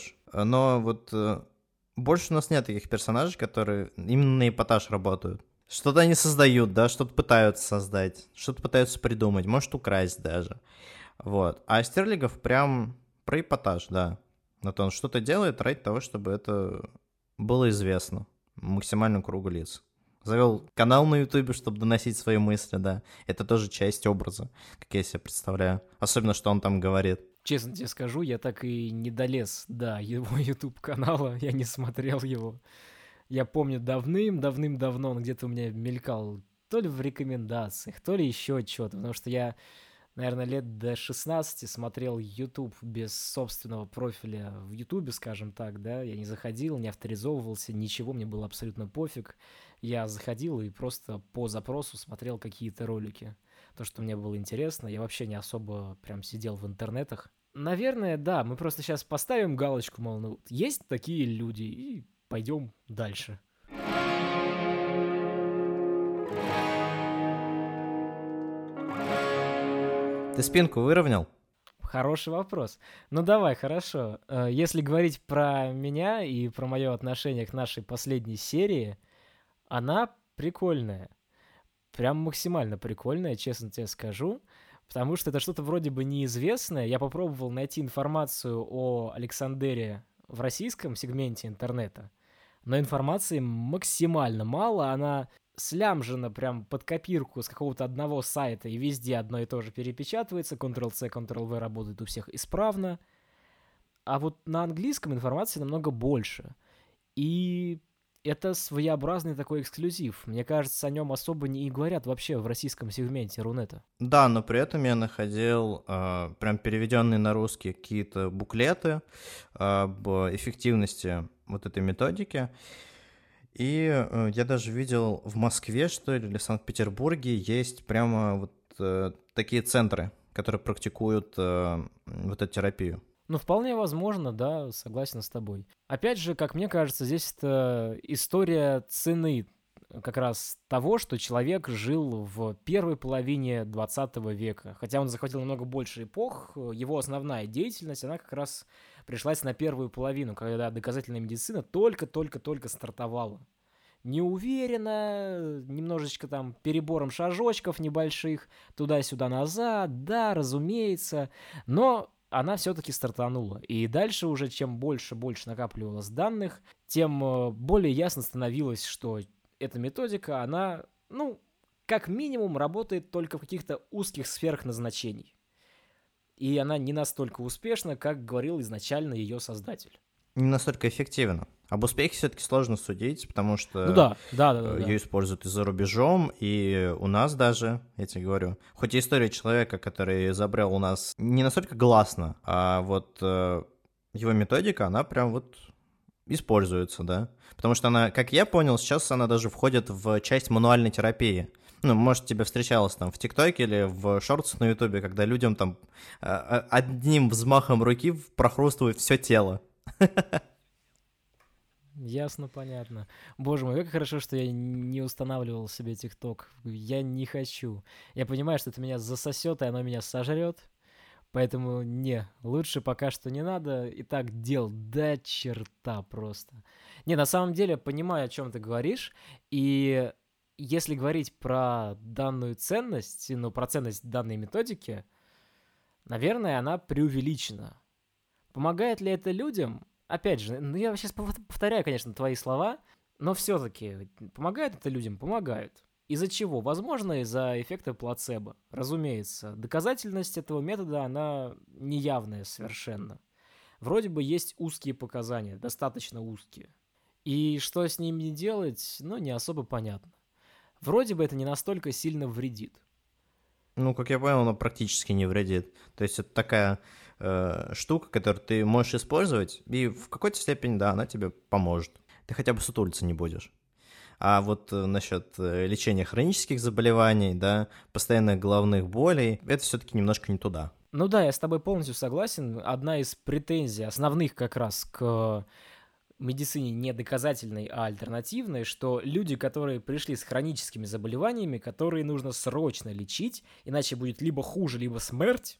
Но вот больше у нас нет таких персонажей, которые именно на эпатаж работают. Что-то они создают, да, что-то пытаются создать, что-то пытаются придумать, может украсть даже. Вот. А Стерлигов прям про эпатаж, да. Вот он что-то делает ради того, чтобы это было известно максимальному кругу лиц. Завел канал на Ютубе, чтобы доносить свои мысли, да. Это тоже часть образа, как я себе представляю. Особенно, что он там говорит. Честно тебе скажу, я так и не долез до его YouTube-канала, я не смотрел его. Я помню, давным-давно он где-то у меня мелькал, то ли в рекомендациях, то ли еще что-то, потому что я, наверное, лет до 16 смотрел YouTube без собственного профиля в YouTube, скажем так, да, я не заходил, не авторизовывался, ничего, мне было абсолютно пофиг. Я заходил и просто по запросу смотрел какие-то ролики. То, что мне было интересно, я вообще не особо прям сидел в интернетах. Наверное, да, мы просто сейчас поставим галочку, мол, ну, есть такие люди, и пойдем дальше. Ты спинку выровнял? Хороший вопрос. Ну давай, хорошо. Если говорить про меня и про мое отношение к нашей последней серии, она прикольная. Прям максимально прикольная, честно тебе скажу. Потому что это что-то вроде бы неизвестное. Я попробовал найти информацию о Александере в российском сегменте интернета, но информации максимально мало. Она слямжена прям под копирку с какого-то одного сайта, и везде одно и то же перепечатывается. Ctrl-C, Ctrl-V работает у всех исправно. А вот на английском информации намного больше. И это своеобразный такой эксклюзив. Мне кажется, о нем особо не и говорят вообще в российском сегменте Рунета. Да, но при этом я находил прям переведенные на русский какие-то буклеты об эффективности вот этой методики. И я даже видел в Москве, что ли, или в Санкт-Петербурге есть прямо вот такие центры, которые практикуют вот эту терапию. Ну, вполне возможно, да, согласен с тобой. Опять же, как мне кажется, здесь это история цены как раз того, что человек жил в первой половине 20 века. Хотя он захватил намного больше эпох, его основная деятельность, она как раз пришлась на первую половину, когда доказательная медицина только-только-только стартовала. Неуверенно, немножечко там перебором шажочков небольших, туда-сюда назад, да, разумеется, но она все-таки стартанула. И дальше уже, чем больше накапливалось данных, тем более ясно становилось, что эта методика, она, ну, как минимум работает только в каких-то узких сферах назначений. И она не настолько успешна, как говорил изначально ее создатель. Не настолько эффективно. Об успехе все-таки сложно судить, потому что Ну да. ее используют и за рубежом, и у нас даже, я тебе говорю. Хоть и история человека, который изобрел у нас, не настолько гласна, а вот его методика, она прям вот используется, да. Потому что она, как я понял, сейчас она даже входит в часть мануальной терапии. Ну, может, тебе встречалось там в ТикТоке или в шортсах на Ютубе, когда людям там одним взмахом руки прохрустывают все тело. Ясно, понятно. Боже мой, как хорошо, что я не устанавливал себе ТикТок. Я не хочу. Я понимаю, что это меня засосет, и оно меня сожрет. Поэтому не, лучше пока что не надо. И так дел до черта просто. Не, на самом деле, понимаю, о чем ты говоришь. И если говорить про данную ценность, ну, про ценность данной методики, наверное, она преувеличена. Помогает ли это людям? Опять же, ну я сейчас повторяю, конечно, твои слова, но все-таки помогает это людям? Помогают. Из-за чего? Возможно, из-за эффекта плацебо. Разумеется, доказательность этого метода, она неявная совершенно. Вроде бы есть узкие показания, достаточно узкие. И что с ними делать, ну, не особо понятно. Вроде бы это не настолько сильно вредит. Ну, как я понял, она практически не вредит. То есть это такая штука, которую ты можешь использовать, и в какой-то степени, да, она тебе поможет. Ты хотя бы сутулиться не будешь. А вот насчет лечения хронических заболеваний, да, постоянных головных болей, это все-таки немножко не туда. Ну да, я с тобой полностью согласен. Одна из претензий, основных как раз к медицине не доказательной, а альтернативной, что люди, которые пришли с хроническими заболеваниями, которые нужно срочно лечить, иначе будет либо хуже, либо смерть,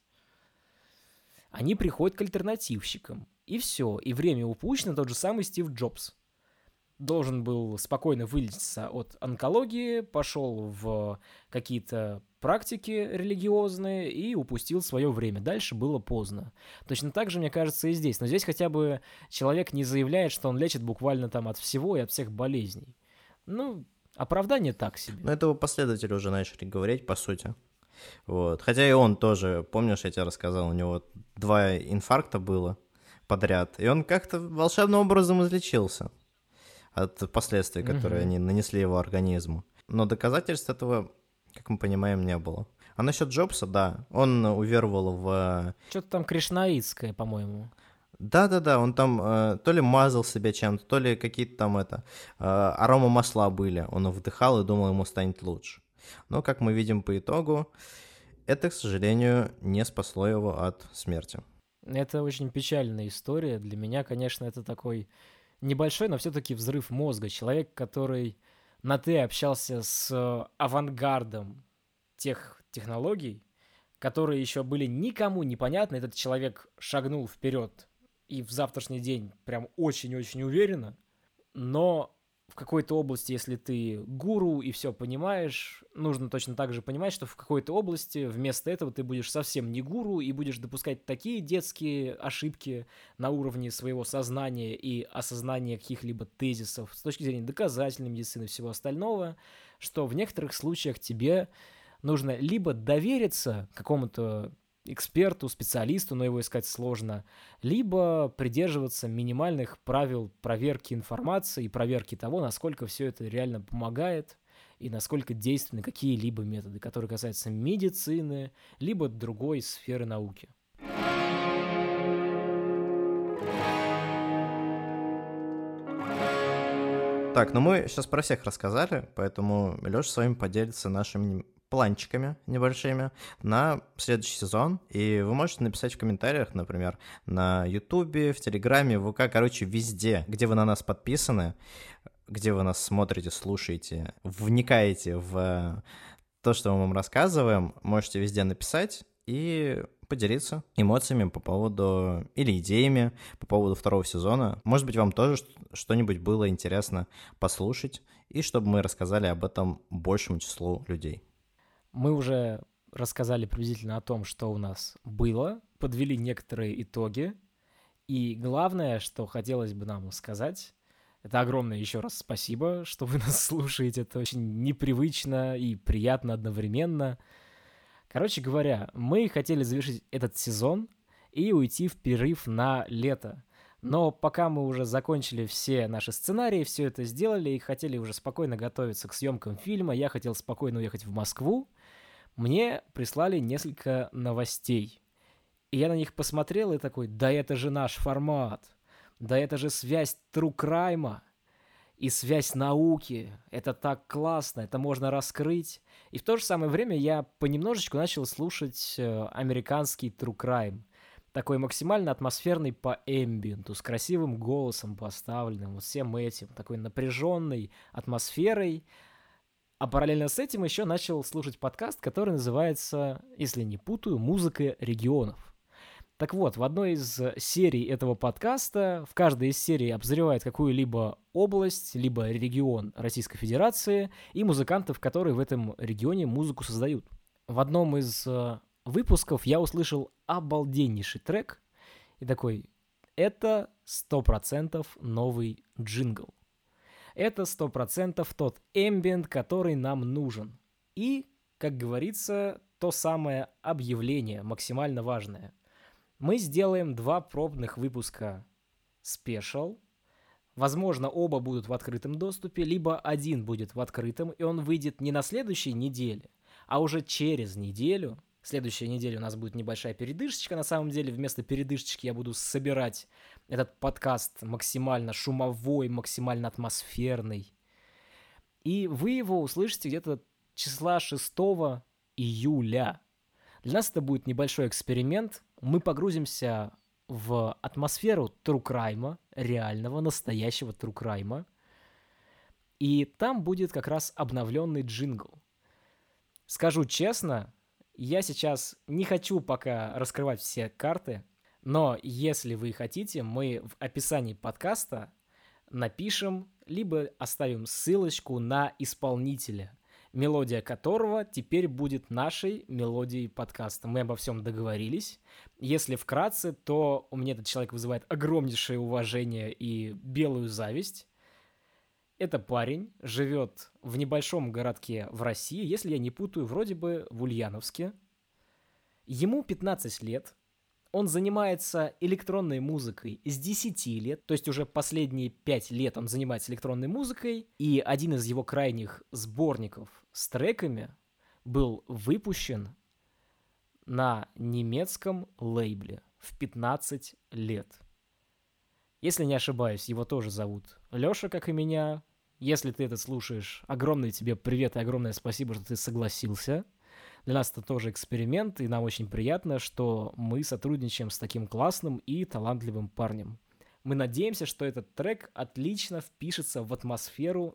они приходят к альтернативщикам. И все. И время упущено. Тот же самый Стив Джобс. Должен был спокойно вылечиться от онкологии, пошел в какие-то практики религиозные и упустил свое время. Дальше было поздно. Точно так же, мне кажется, и здесь. Но здесь хотя бы человек не заявляет, что он лечит буквально там от всего и от всех болезней. Ну, оправдание так себе. Но этого последователи уже начали говорить, по сути. Вот. Хотя и он тоже, помнишь, я тебе рассказал, у него 2 инфаркта было подряд, и он как-то волшебным образом излечился от последствий, которые они нанесли его организму. Но доказательств этого, как мы понимаем, не было. А насчет Джобса, да, он уверовал в... Что-то там кришнаитское, по-моему. Да-да-да, он там то ли мазал себя чем-то, то ли какие-то там аромамасла были. Он вдыхал и думал, ему станет лучше. Но, как мы видим по итогу, это, к сожалению, не спасло его от смерти. Это очень печальная история. Для меня, конечно, это такой небольшой, но все-таки взрыв мозга. Человек, который на «ты» общался с авангардом тех технологий, которые еще были никому непонятны. Этот человек шагнул вперед и в завтрашний день прям очень-очень уверенно. Но в какой-то области, если ты гуру и все понимаешь, нужно точно так же понимать, что в какой-то области вместо этого ты будешь совсем не гуру и будешь допускать такие детские ошибки на уровне своего сознания и осознания каких-либо тезисов с точки зрения доказательной медицины и всего остального, что в некоторых случаях тебе нужно либо довериться какому-то эксперту, специалисту, но его искать сложно, либо придерживаться минимальных правил проверки информации и проверки того, насколько все это реально помогает и насколько действенны какие-либо методы, которые касаются медицины, либо другой сферы науки. Так, ну мы сейчас про всех рассказали, поэтому Леша с вами поделится нашими планчиками небольшими на следующий сезон. И вы можете написать в комментариях, например, на Ютубе, в Телеграме, в ВК, короче, везде, где вы на нас подписаны, где вы нас смотрите, слушаете, вникаете в то, что мы вам рассказываем, можете везде написать и поделиться эмоциями по поводу или идеями по поводу второго сезона. Может быть, вам тоже что-нибудь было интересно послушать, и чтобы мы рассказали об этом большему числу людей. Мы уже рассказали приблизительно о том, что у нас было, подвели некоторые итоги, и главное, что хотелось бы нам сказать, это огромное еще раз спасибо, что вы нас слушаете, это очень непривычно и приятно одновременно. Короче говоря, мы хотели завершить этот сезон и уйти в перерыв на лето. Но пока мы уже закончили все наши сценарии, все это сделали и хотели уже спокойно готовиться к съемкам фильма, я хотел спокойно уехать в Москву, мне прислали несколько новостей. И я на них посмотрел и такой, да это же наш формат, да это же связь True Crime и связь науки, это так классно, это можно раскрыть. И в то же самое время я понемножечку начал слушать американский True Crime, такой максимально атмосферный по эмбиенту, с красивым голосом поставленным, вот всем этим, такой напряженной атмосферой. А параллельно с этим еще начал слушать подкаст, который называется, если не путаю, «Музыка регионов». Так вот, в одной из серий этого подкаста, в каждой из серий обозревает какую-либо область, либо регион Российской Федерации и музыкантов, которые в этом регионе музыку создают. В одном из выпусков я услышал обалденнейший трек и такой, это 100% новый джингл. Это 100% тот эмбиент, который нам нужен. И, как говорится, то самое объявление, максимально важное. Мы сделаем 2 пробных выпуска Special. Возможно, оба будут в открытом доступе, либо один будет в открытом, и он выйдет не на следующей неделе, а уже через неделю. Следующая неделя у нас будет небольшая передышечка. На самом деле, вместо передышечки я буду собирать этот подкаст максимально шумовой, максимально атмосферный. И вы его услышите где-то числа 6 июля. Для нас это будет небольшой эксперимент. Мы погрузимся в атмосферу True Crime, реального, настоящего True Crime. И там будет как раз обновленный джингл. Скажу честно, я сейчас не хочу пока раскрывать все карты, но если вы хотите, мы в описании подкаста напишем, либо оставим ссылочку на исполнителя, мелодия которого теперь будет нашей мелодией подкаста. Мы обо всем договорились. Если вкратце, то у меня этот человек вызывает огромнейшее уважение и белую зависть. Это парень, живет в небольшом городке в России, если я не путаю, вроде бы в Ульяновске. Ему 15 лет. Он занимается электронной музыкой с 10 лет, то есть уже последние 5 лет он занимается электронной музыкой, и один из его крайних сборников с треками был выпущен на немецком лейбле в 15 лет. Если не ошибаюсь, его тоже зовут Лёша, как и меня. Если ты это слушаешь, огромный тебе привет и огромное спасибо, что ты согласился. Для нас это тоже эксперимент, и нам очень приятно, что мы сотрудничаем с таким классным и талантливым парнем. Мы надеемся, что этот трек отлично впишется в атмосферу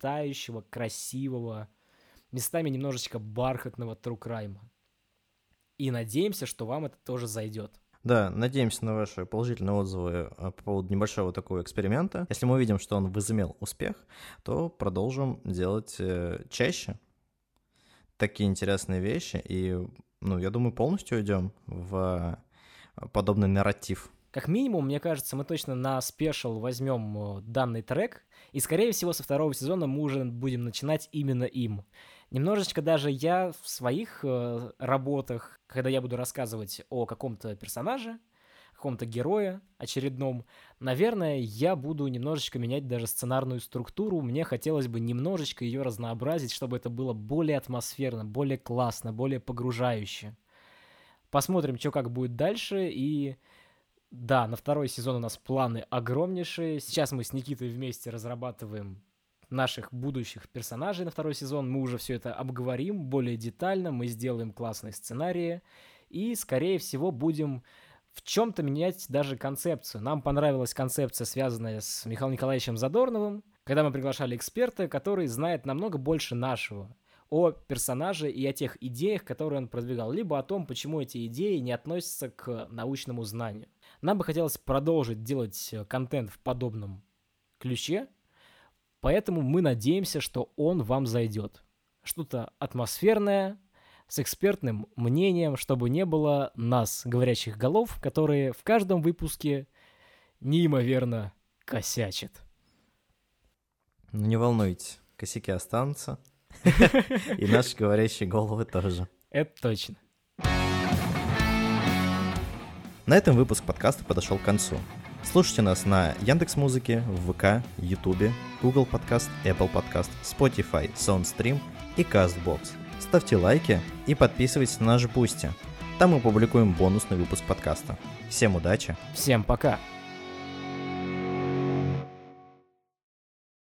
нагнетающего, красивого, местами немножечко бархатного True Crime. И надеемся, что вам это тоже зайдет. Да, надеемся на ваши положительные отзывы по поводу небольшого такого эксперимента. Если мы увидим, что он возымел успех, то продолжим делать чаще такие интересные вещи. И, я думаю, полностью уйдем в подобный нарратив. Как минимум, мне кажется, мы точно на спешл возьмем данный трек, и, скорее всего, со второго сезона мы уже будем начинать именно им. Немножечко даже я в своих работах, когда я буду рассказывать о каком-то персонаже, каком-то герое очередном, наверное, я буду немножечко менять даже сценарную структуру. Мне хотелось бы немножечко ее разнообразить, чтобы это было более атмосферно, более классно, более погружающе. Посмотрим, что как будет дальше, и... Да, на второй сезон у нас планы огромнейшие. Сейчас мы с Никитой вместе разрабатываем наших будущих персонажей на второй сезон. Мы уже все это обговорим более детально, мы сделаем классные сценарии и, скорее всего, будем в чем-то менять даже концепцию. Нам понравилась концепция, связанная с Михаилом Николаевичем Задорновым, когда мы приглашали эксперта, который знает намного больше нашего о персонаже и о тех идеях, которые он продвигал, либо о том, почему эти идеи не относятся к научному знанию. Нам бы хотелось продолжить делать контент в подобном ключе, поэтому мы надеемся, что он вам зайдет. Что-то атмосферное, с экспертным мнением, чтобы не было нас, говорящих голов, которые в каждом выпуске неимоверно косячат. Не волнуйтесь, косяки останутся. И наши говорящие головы тоже. Это точно. На этом выпуск подкаста подошел к концу. Слушайте нас на Яндекс.Музыке, в ВК, Ютубе, Google Подкаст, Apple Подкаст, Spotify, SoundStream и CastBox. Ставьте лайки и подписывайтесь на наш Boosty. Там мы публикуем бонусный выпуск подкаста. Всем удачи! Всем пока!